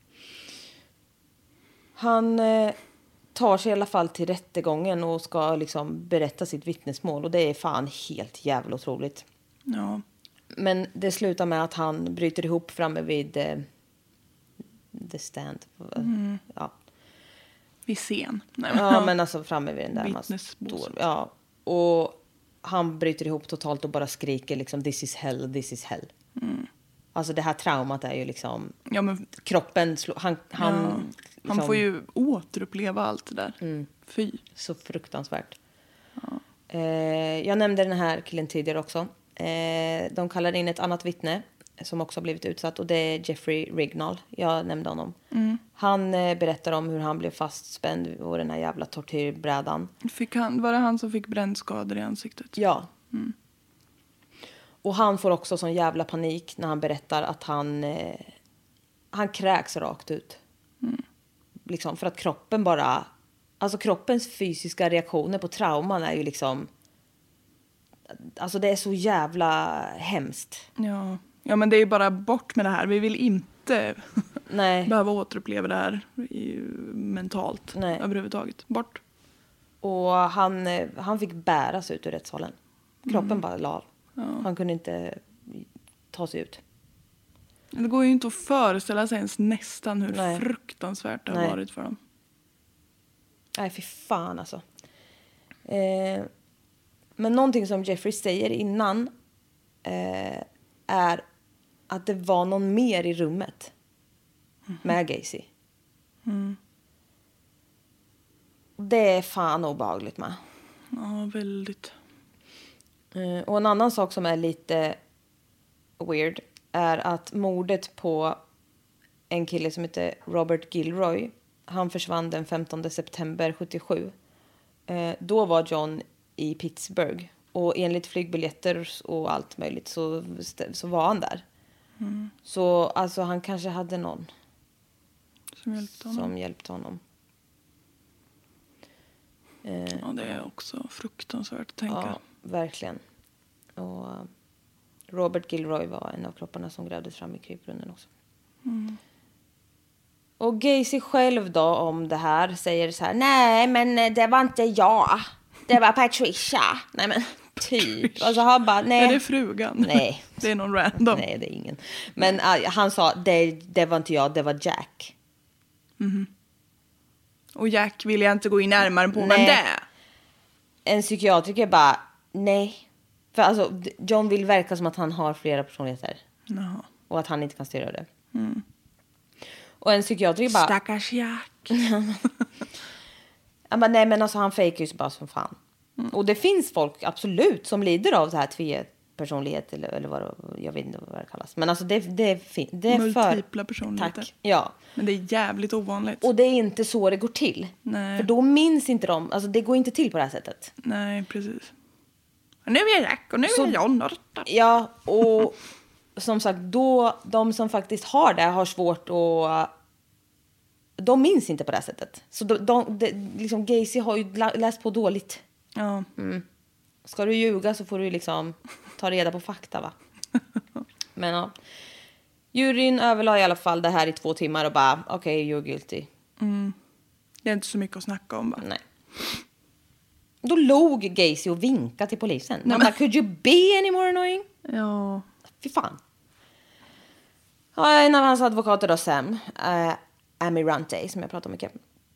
Han eh, tar sig i alla fall till rättegången och ska liksom berätta sitt vittnesmål. Och det är fan helt jävla otroligt. Ja. Men det slutar med att han bryter ihop framme vid eh, the stand. Mm. Ja. Vid scen. Nej, men, ja, men alltså framme vid den där. Vittnesbåset. Ja. Och han bryter ihop totalt och bara skriker liksom this is hell, this is hell. Mm. Alltså det här traumat är ju liksom... Ja, men, kroppen... Slå, han, han, ja, liksom, han får ju återuppleva allt det där. Mm. Fy. Så fruktansvärt. Ja. Eh, jag nämnde den här killen tidigare också. Eh, de kallar in ett annat vittne som också har blivit utsatt. Och det är Jeffrey Rignall. Jag nämnde honom. Mm. Han eh, berättar om hur han blev fastspänd på den här jävla tortyrbrädan. Fick han, var det han som fick brännskador i ansiktet? Ja. Mm. Och han får också sån jävla panik när han berättar att han, eh, han kräks rakt ut. Mm. Liksom för att kroppen bara... Alltså kroppens fysiska reaktioner på trauman är ju liksom... Alltså det är så jävla hemskt. Ja, ja men det är ju bara bort med det här. Vi vill inte Nej. behöva återuppleva det här i, mentalt. Nej. Överhuvudtaget. Bort. Och han, han fick bäras ut ur rättssalen. Kroppen Mm. bara la av. Ja. Han kunde inte ta sig ut. Det går ju inte att föreställa sig ens nästan hur Nej. fruktansvärt det har Nej. varit för dem. Nej, fy fan alltså. Eh, men någonting som Jeffrey säger innan eh, är att det var någon mer i rummet mm. med Gacy. Mm. Det är fan obehagligt med. Ja, väldigt. Eh, och en annan sak som är lite weird är att mordet på en kille som heter Robert Gilroy, han försvann den femtonde september sjuttiosju. Eh, då var John i Pittsburgh. Och enligt flygbiljetter och allt möjligt så, så var han där. Mm. Så alltså han kanske hade någon som hjälpte honom. Som hjälpte honom. Eh, ja, det är också fruktansvärt att tänka. Ja, verkligen. Och Robert Gilroy var en av kropparna som grävdes fram i krypgrunden också. Mm. Och Gacy själv då om det här säger så här: nej men det var inte jag, det var Patricia. Nej men typ. Alltså han bara, nej. Är det frugan? Nej. Det är någon random. Nej, det är ingen. Men uh, han sa, det, det var inte jag, det var Jack. Mm. Och Jack vill jag inte gå in närmare på, nej. Men det. En psykiatriker bara, nej. För alltså John vill verka som att han har flera personligheter. Jaha. Och att han inte kan styra det. Mm. Och en psykiatriker bara... Stackars Jack. Han bara, nej men alltså han fejkar ju så bara som fan. Mm. Och det finns folk absolut som lider av så här tvepersonlighet eller, eller vad det, jag vet inte vad det kallas. Men alltså det, det, det, det är för... Multipla personligheter. Tack, ja. Men det är jävligt ovanligt. Och det är inte så det går till. Nej. För då minns inte de, alltså det går inte till på det här sättet. Nej, precis. Och nu är Jack och nu Så, är John. Ja, och som sagt, då de som faktiskt har det har svårt att... De minns inte på det här sättet. Så de, de, de, liksom Gacy har ju läst på dåligt. Ja. Mm. Ska du ljuga så får du liksom ta reda på fakta, va? Men ja. Juryn överlade i alla fall det här i två timmar och bara, okej, okay, you're guilty. Mm. Det är inte så mycket att snacka om, va? Nej. Då log Gacy och vinkade till polisen. Man Nej, bara, could you be any more annoying? Ja. Fy fan. Ja, en av hans advokater då, Sam, äh, Amirante, som jag pratar om mycket.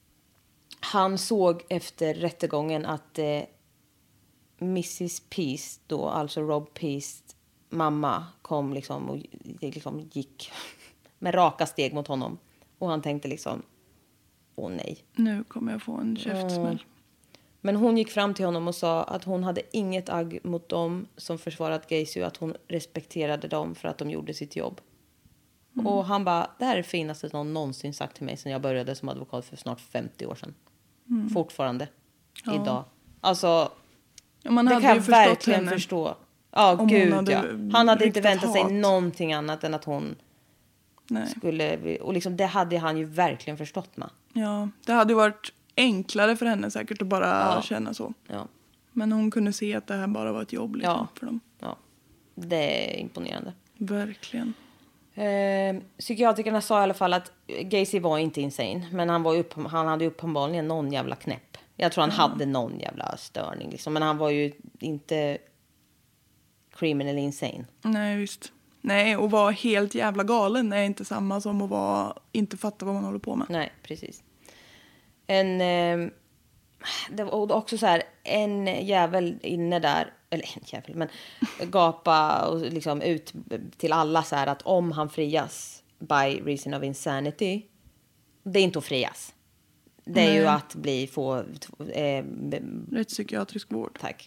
Han såg efter rättegången att eh, missus Peace då, alltså Rob Peace mamma, kom liksom och liksom gick med raka steg mot honom. Och han tänkte liksom, åh nej. Nu kommer jag få en käftsmäll. Mm. Men hon gick fram till honom och sa att hon hade inget agg mot dem som försvarat Gacy och att hon respekterade dem för att de gjorde sitt jobb. Mm. Och han bara, det här är det finaste någon någonsin sagt till mig sedan jag började som advokat för snart femtio år sedan. Mm. Fortfarande. Ja. Idag. Alltså, ja, man det hade kan jag verkligen henne. Förstå. Ja, om gud hade ja. Han hade inte väntat hat. sig någonting annat än att hon Nej. skulle... Och liksom, det hade han ju verkligen förstått med. Ja, det hade ju varit enklare för henne säkert att bara ja. känna så. Ja. Men hon kunde se att det här bara var ett jobb liksom, ja. för dem. Ja, det är imponerande. Verkligen. Eh, psykiatrikerna sa i alla fall att Gacy var inte insane. Men han, var upp, han hade uppenbarligen någon jävla knäpp. Jag tror han ja. hade någon jävla störning. Liksom. Men han var ju inte criminally insane. Nej, visst. Nej, och vara helt jävla galen är inte samma som att vara, inte fatta vad man håller på med. Nej, precis. En, eh, det var också så här, en jävel inne där, eller en jävel, men gapa och liksom ut till alla så här att om han frias by reason of insanity, det är inte att frias. Det är Nej. ju att bli, få... Eh, rättspsykiatrisk vård. Tack.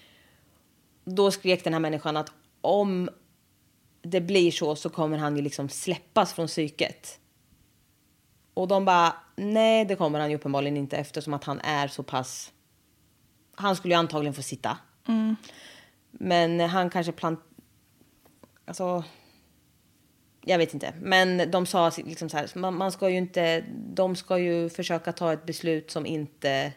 Då skrek den här människan att om det blir så så kommer han ju liksom släppas från psyket. Och de bara, nej det kommer han ju uppenbarligen inte eftersom att han är så pass... Han skulle ju antagligen få sitta. Mm. Men han kanske plant... Alltså... Jag vet inte. Men de sa liksom så här, man, man ska ju inte... De ska ju försöka ta ett beslut som inte...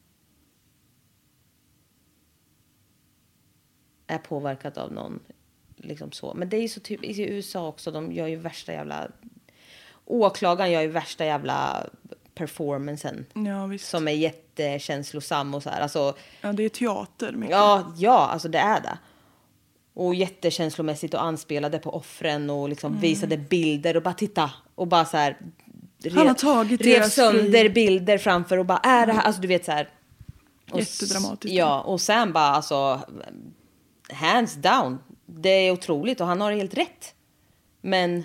är påverkat av någon liksom så. Men det är ju så typ i U S A också, de gör ju värsta jävla åklagaren gör ju värsta jävla performancen. Ja, visst. Som är jättekänslosam och så här. Alltså, ja, det är teater mycket. Ja, ja, alltså det är det. Och jättekänslomässigt och anspelade på offren och liksom mm. visade bilder och bara titta och bara så här rev, han har tagit rev sönder fri. bilder framför och bara är det här, alltså du vet så här. Och, jättedramatiskt. Ja, och sen bara alltså hands down. Det är otroligt och han har helt rätt. Men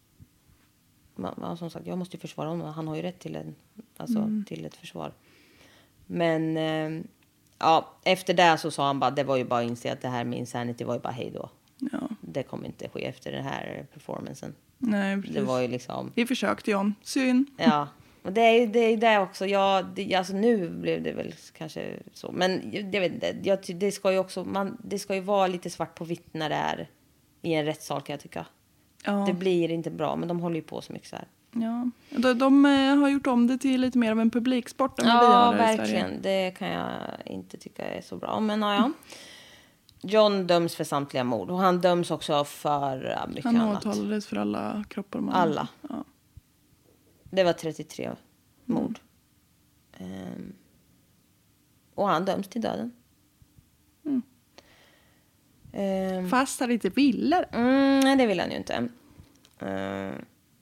som sagt, jag måste ju försvara honom. Han har ju rätt till, en, alltså, mm. till ett försvar. Men eh, ja, efter det så sa han bara, det var ju bara att inse att det här med insanity var ju bara hej då. Ja. Det kommer inte ske efter den här performancen. Nej, precis. Det var ju liksom... Vi försökte, John. Synd. Ja, och det är det, är det också. Ja, det, alltså nu blev det väl kanske så. Men jag vet inte, jag, det ska ju också, man, det ska ju vara lite svart på vitt när det är i en rättssal kan jag tycka. Ja. Det blir inte bra, men de håller ju på så mycket så här. Ja, de, de har gjort om det till lite mer av en publiksport än ja, vad vi har verkligen. I Sverige. Det kan jag inte tycka är så bra. Men ja, ja. John döms för samtliga mord. Och han döms också för mycket han annat. Han åtalades för alla kroppar. Man alla. Ja. Det var trettiotre mord. Mm. Um, och han döms till döden. Mm. Um, Fast han inte ville. Mm, nej, det vill han ju inte. Uh,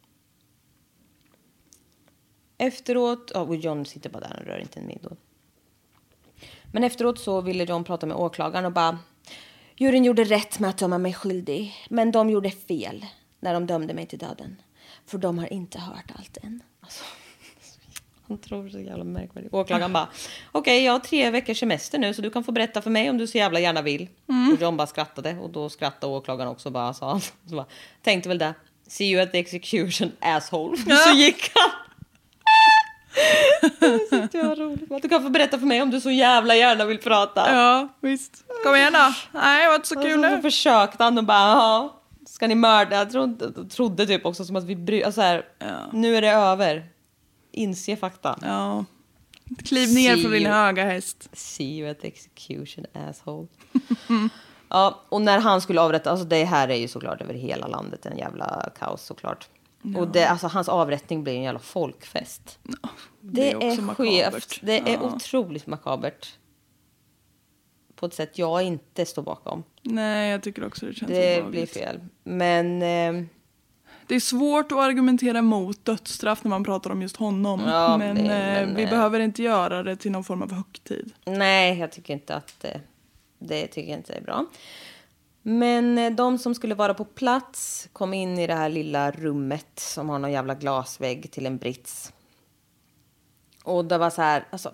efteråt... Oh, och John sitter bara där och rör inte en middag. Men efteråt så ville John prata med åklagaren och bara... Juryn gjorde rätt med att döma mig skyldig. Men de gjorde fel när de dömde mig till döden. För de har inte hört allt än. Alltså, han tror så jävla märkvärdigt. Åklagaren bara... Okej, okay, jag har tre veckors semester nu. Så du kan få berätta för mig om du så jävla gärna vill. Mm. Och John bara skrattade. Och då skrattade åklagaren också. Bara, sa han. Så bara, tänkte väl det. See you at the execution, asshole. Ja. Så gick han. Det var roligt. Du kan få berätta för mig om du så jävla gärna vill prata. Ja, visst. Kom igen då. Nej, det var inte så kul nu. Så försökte han och bara, ja, ska ni mörda? Jag trodde, trodde typ också som att vi bry... Alltså här, ja. Nu är det över. Inse fakta. Ja. Kliv ner för din höga häst. See you at execution, asshole. Ja, och när han skulle avrätta, alltså det här är ju såklart över hela landet en jävla kaos såklart. Ja. Och det, alltså hans avrättning blir en jävla folkfest. Ja, det, det är, är skevt. Det är ja. otroligt makabert. På ett sätt jag inte står bakom. Nej, jag tycker också det känns Det blir fel. Men eh, det är svårt att argumentera mot dödsstraff när man pratar om just honom. Ja, men, det, men vi eh, behöver inte göra det till någon form av högtid. Nej, jag tycker inte att eh, det tycker jag inte är bra. Men eh, de som skulle vara på plats kom in i det här lilla rummet som har någon jävla glasvägg till en brits. Och det var så här, alltså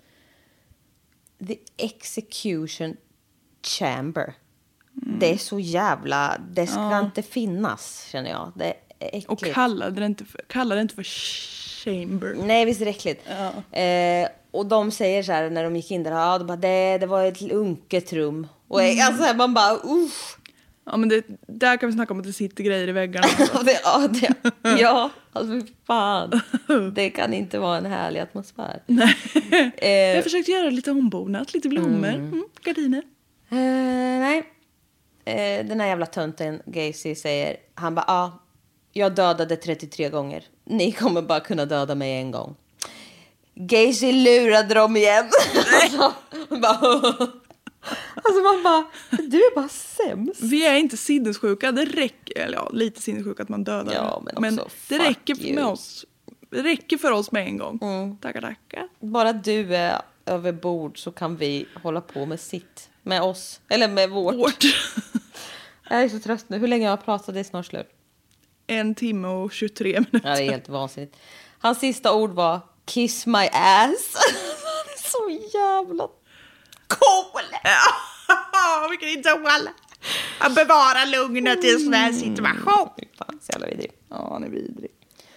the execution chamber. Mm. Det är så jävla, det ska ja. inte finnas, känner jag. Det är äckligt. Och kallade det inte för, kallade det inte för chamber. Nej, visst är det äckligt. Ja. Eh, och de säger så här när de gick in där, ja, de bara, det, det var ett unket rum. Och mm. alltså man bara, uff. Ja, men det, där kan vi snacka om att det sitter grejer i väggarna. det, ja, det, ja, alltså fan. Det kan inte vara en härlig atmosfär. Nej. Eh, jag har försökt göra lite ombonat, lite blommor, mm. Mm, gardiner. Eh, nej. Eh, den här jävla tönten Gacy säger, han bara, ja, ah, jag dödade trettiotre gånger. Ni kommer bara kunna döda mig en gång. Gacy lurade dem igen. alltså, bara, alltså man bara, du är bara sämst. Vi är inte sinnessjuka, det räcker, eller ja, lite sinnessjuka att man dödar. Ja, men, men också, det räcker med oss. Det räcker för oss med en gång. Mm. Tackar, tackar. Bara du är över bord så kan vi hålla på med sitt. Med oss. Eller med vårt. vårt. Jag är så trött nu. Hur länge har jag pratat? Det är snart slut. En timme och tjugotre minuter. Ja, det är helt vansinnigt. Hans sista ord var kiss my ass. Det är så jävla cool. Ja, vilken idol. Att bevara lugnet i en sån här situation. Mm. Fan, så jävla vidrig. Ja, han är vidrig.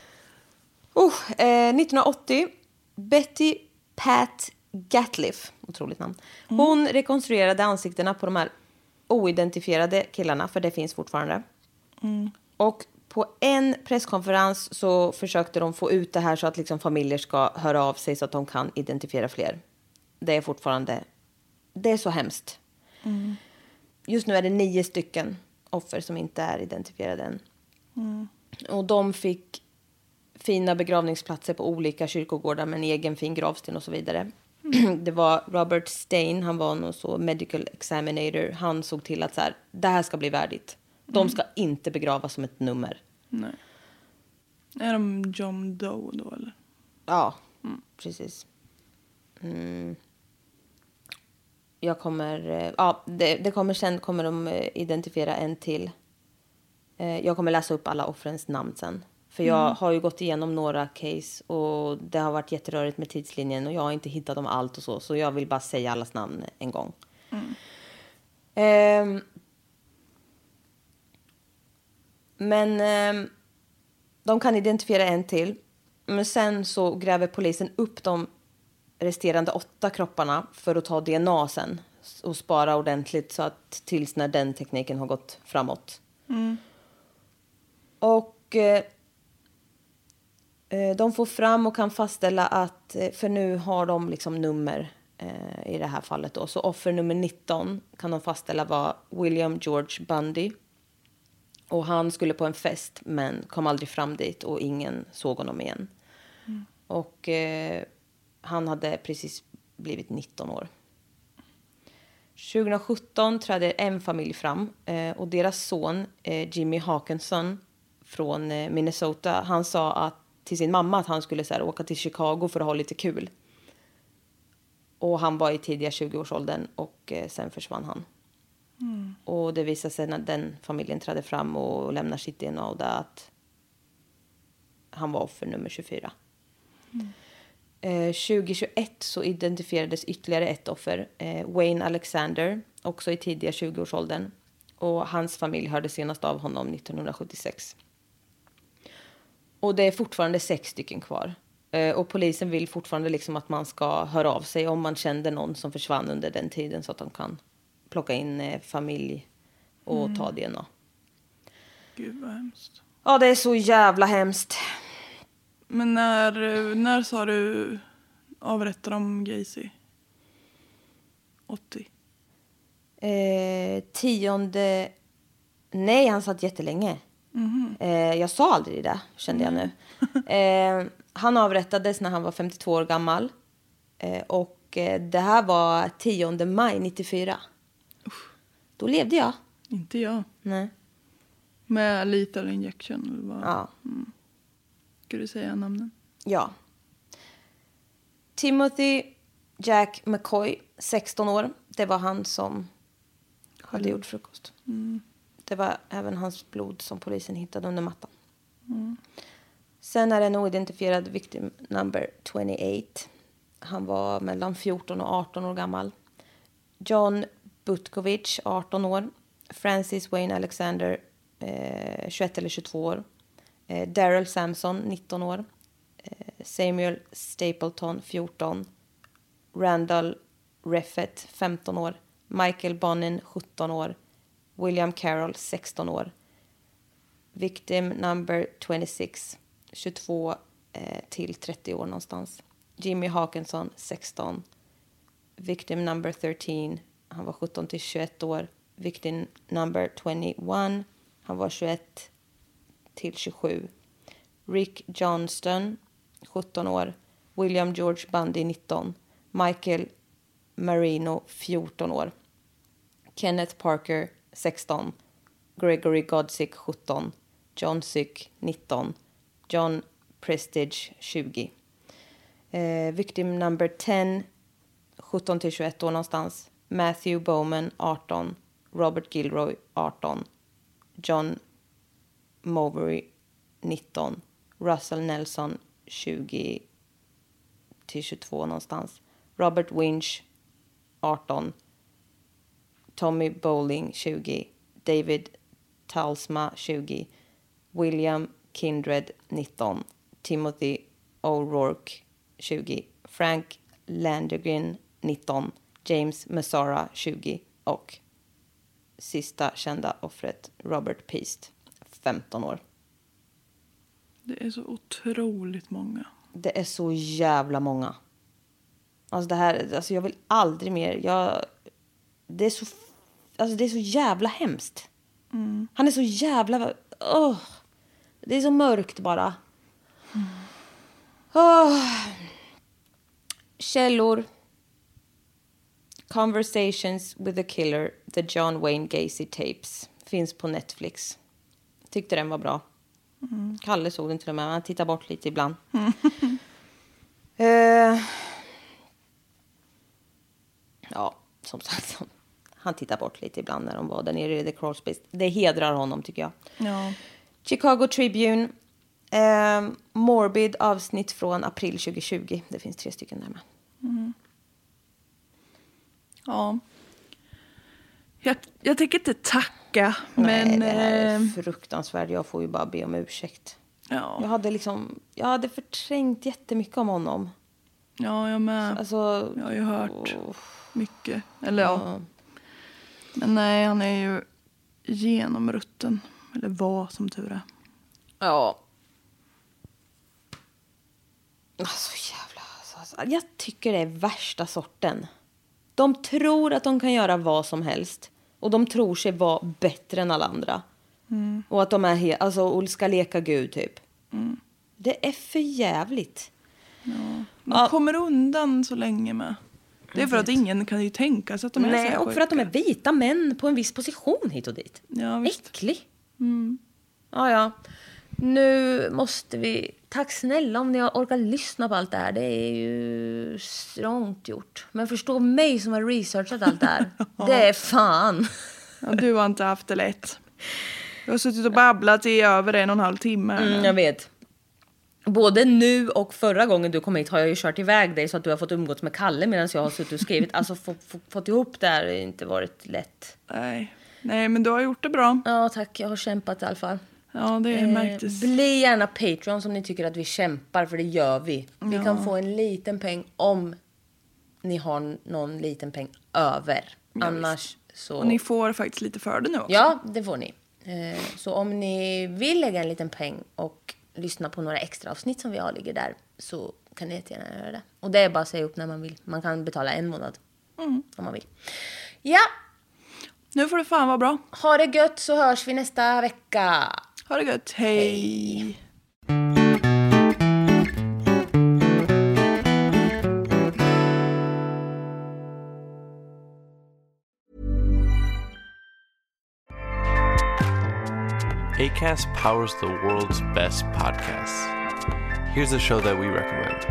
Oh, eh, nittonhundraåttio. Betty Pat Gatliff, otroligt namn. Hon mm. rekonstruerade ansiktena på de här oidentifierade killarna, för det finns fortfarande. Mm. Och på en presskonferens så försökte de få ut det här så att liksom familjer ska höra av sig så att de kan identifiera fler. Det är fortfarande, det är så hemskt. Mm. Just nu är det nio stycken offer som inte är identifierade än. Mm. Och de fick fina begravningsplatser på olika kyrkogårdar med en egen fin gravsten och så vidare. Mm. Det var Robert Stein, han var någon så medical examinator. Han såg till att så här, det här ska bli värdigt. De mm. ska inte begravas som ett nummer. Nej. Är de John Doe då eller? Ja, mm. precis. Mm. Jag kommer, ja, det, det kommer sen kommer de identifiera en till. Jag kommer läsa upp alla offrens namn sen. För jag mm. har ju gått igenom några case och det har varit jätterörigt med tidslinjen och jag har inte hittat dem allt och så. Så jag vill bara säga allas namn en gång. Mm. Eh, men eh, de kan identifiera en till. Men sen så gräver polisen upp de resterande åtta kropparna för att ta D N A sen. Och spara ordentligt så att tills när den tekniken har gått framåt. Mm. Och eh, de får fram och kan fastställa att, för nu har de liksom nummer eh, i det här fallet då. Så offer nummer nitton kan de fastställa var William George Bundy. Och han skulle på en fest men kom aldrig fram dit och ingen såg honom igen. Mm. Och eh, han hade precis blivit nitton år. tjugohundrasjutton trädde en familj fram eh, och deras son eh, Jimmy Hawkinson från eh, Minnesota, han sa att till sin mamma att han skulle så här, åka till Chicago för att ha lite kul. Och han var i tidiga tjugoårsåldern och eh, sen försvann han. Mm. Och det visade sig när den familjen trädde fram och lämnade sitt D N A och där att han var offer nummer tjugofyra. Mm. Eh, tjugohundratjugoett så identifierades ytterligare ett offer, eh, Wayne Alexander, också i tidiga tjugoårsåldern. Och hans familj hörde senast av honom nittonhundrasjuttiosex. Och det är fortfarande sex stycken kvar. Eh, och polisen vill fortfarande liksom att man ska höra av sig om man kände någon som försvann under den tiden så att de kan plocka in eh, familj och mm. ta D N A. Gud vad hemskt. Ja, det är så jävla hemskt. Men när, när sa du avrättade de Gacy? åttio? Eh, tionde... Nej, han satt jättelänge. Mm. Eh, jag sa aldrig det, kände mm. jag nu. Eh, han avrättades när han var femtiotvå år gammal. Eh, och eh, det här var tionde maj nittiofyra. Usch. Då levde jag. Inte jag. Nej. Med lethal injection eller vad? Ja. Mm. Ska du säga namnen? Ja. Timothy Jack McCoy, sexton år. Det var han som hade gjort frukost. Mm. Det var även hans blod som polisen hittade under mattan. Mm. Sen är det en oidentifierad victim number tjugoåtta. Han var mellan fjorton och arton år gammal. John Butkovich, arton år. Francis Wayne Alexander, eh, tjugoett eller tjugotvå år. Eh, Daryl Sampson, nitton år. Eh, Samuel Stapleton, fjorton. Randall Reffett, femton år. Michael Bonin, sjutton år. William Carroll, sexton år. Victim number tjugosex, tjugotvå eh, till trettio år någonstans. Jimmy Hawkinson, sexton. Victim number tretton, han var sjutton till tjugoett år. Victim number tjugoett, han var tjugoett till tjugosju. Rick Johnston, sjutton år. William George Bundy, nitton. Michael Marino, fjorton år. Kenneth Parker, sexton. Gregory Godsick, sjutton. John Sick, nitton. John Prestige, tjugo. Eh, victim number tio, sjutton till tjugoett år någonstans. Matthew Bowman, arton. Robert Gilroy, arton. John Mowbray, nitton. Russell Nelson, tjugo till tjugotvå någonstans. Robert Winch, arton. Tommy Bowling, tjugo. David Talsma, tjugo. William Kindred, nitton. Timothy O'Rourke, tjugo. Frank Landegren, nitton. James Massara, tjugo. Och sista kända offret, Robert Peast, femton år. Det är så otroligt många. Det är så jävla många. Alltså det här, alltså jag vill aldrig mer. Jag, det är så, alltså det är så jävla hemskt. Mm. Han är så jävla, oh, det är så mörkt bara. Mm. Oh. Källor. Conversations with the Killer, The John Wayne Gacy Tapes. Finns på Netflix. Tyckte den var bra. Mm. Kalle såg den till och med. Han tittar bort lite ibland. Mm. uh, ja, som sagt. Han tittar bort lite ibland när de var där nere i The Crawl Space. Det hedrar honom tycker jag. Ja. Chicago Tribune. Uh, Morbid avsnitt från april tjugohundratjugo. Det finns tre stycken där med. Mm. Ja. Jag, jag tänker inte tacka. Nej, men, det här är fruktansvärt. Jag får ju bara be om ursäkt. Ja. Jag hade liksom, jag hade förträngt jättemycket om honom. Ja, jag med. Alltså, jag har ju hört oh. mycket. Eller ja. ja. Men nej, han är ju genomrutten. Eller var som tur är. Ja. Alltså jävla. Alltså, jag tycker det är värsta sorten. De tror att de kan göra vad som helst. Och de tror sig vara bättre än alla andra. Mm. Och att de är he- alltså, och ska leka Gud typ. Mm. Det är för jävligt. Ja. De ja. kommer undan så länge med. Det är för att ingen kan ju tänka sig att de är Nej, så och sjuka. för att de är vita män på en viss position hit och dit. Ja, visst. Äcklig. Mm. Ja, ja. Nu måste vi... Tack snälla om ni har orkat lyssna på allt det här. Det är ju strångt gjort. Men förstå mig som har researchat allt det här. ja. Det är fan. Ja, du har inte haft det lätt. Jag har suttit och babblat i över en och en halv timme. Mm, jag vet. Både nu och förra gången du kom hit har jag ju kört iväg dig så att du har fått umgås med Kalle medan jag har suttit och skrivit. Alltså få, få, fått ihop det här har inte varit lätt. Nej. Nej, men du har gjort det bra. Ja, tack. Jag har kämpat i alla fall. Ja, det märktes. Eh, bli gärna Patreon som ni tycker att vi kämpar, för det gör vi. Vi Ja. kan få en liten peng om ni har någon liten peng över. Ja, Annars så... Och ni får faktiskt lite för det nu också. Ja, det får ni. Eh, så om ni vill lägga en liten peng och lyssna på några extra avsnitt som vi har ligger där, så kan ni jättegärna göra det. Och det är bara att säga upp när man vill. Man kan betala en månad mm. om man vill. Ja. Nu får det fan vara bra. Ha det gött, så hörs vi nästa vecka. Ha det gött. Hej. Hej. Acast powers the world's best podcasts. Here's a show that we recommend.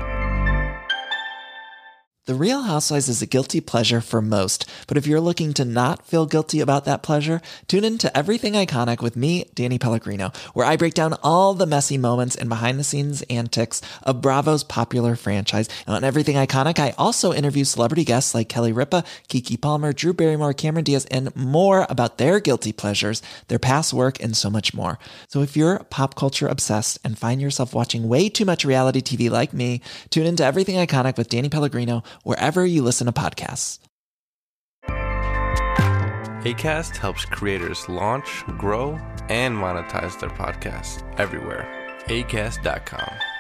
The Real Housewives is a guilty pleasure for most, but if you're looking to not feel guilty about that pleasure, tune in to Everything Iconic with me, Danny Pellegrino, where I break down all the messy moments and behind-the-scenes antics of Bravo's popular franchise. And on Everything Iconic, I also interview celebrity guests like Kelly Ripa, Keke Palmer, Drew Barrymore, Cameron Diaz, and more about their guilty pleasures, their past work, and so much more. So if you're pop culture obsessed and find yourself watching way too much reality T V like me, tune in to Everything Iconic with Danny Pellegrino, wherever you listen to podcasts. Acast helps creators launch, grow, and monetize their podcasts everywhere. acast dot com.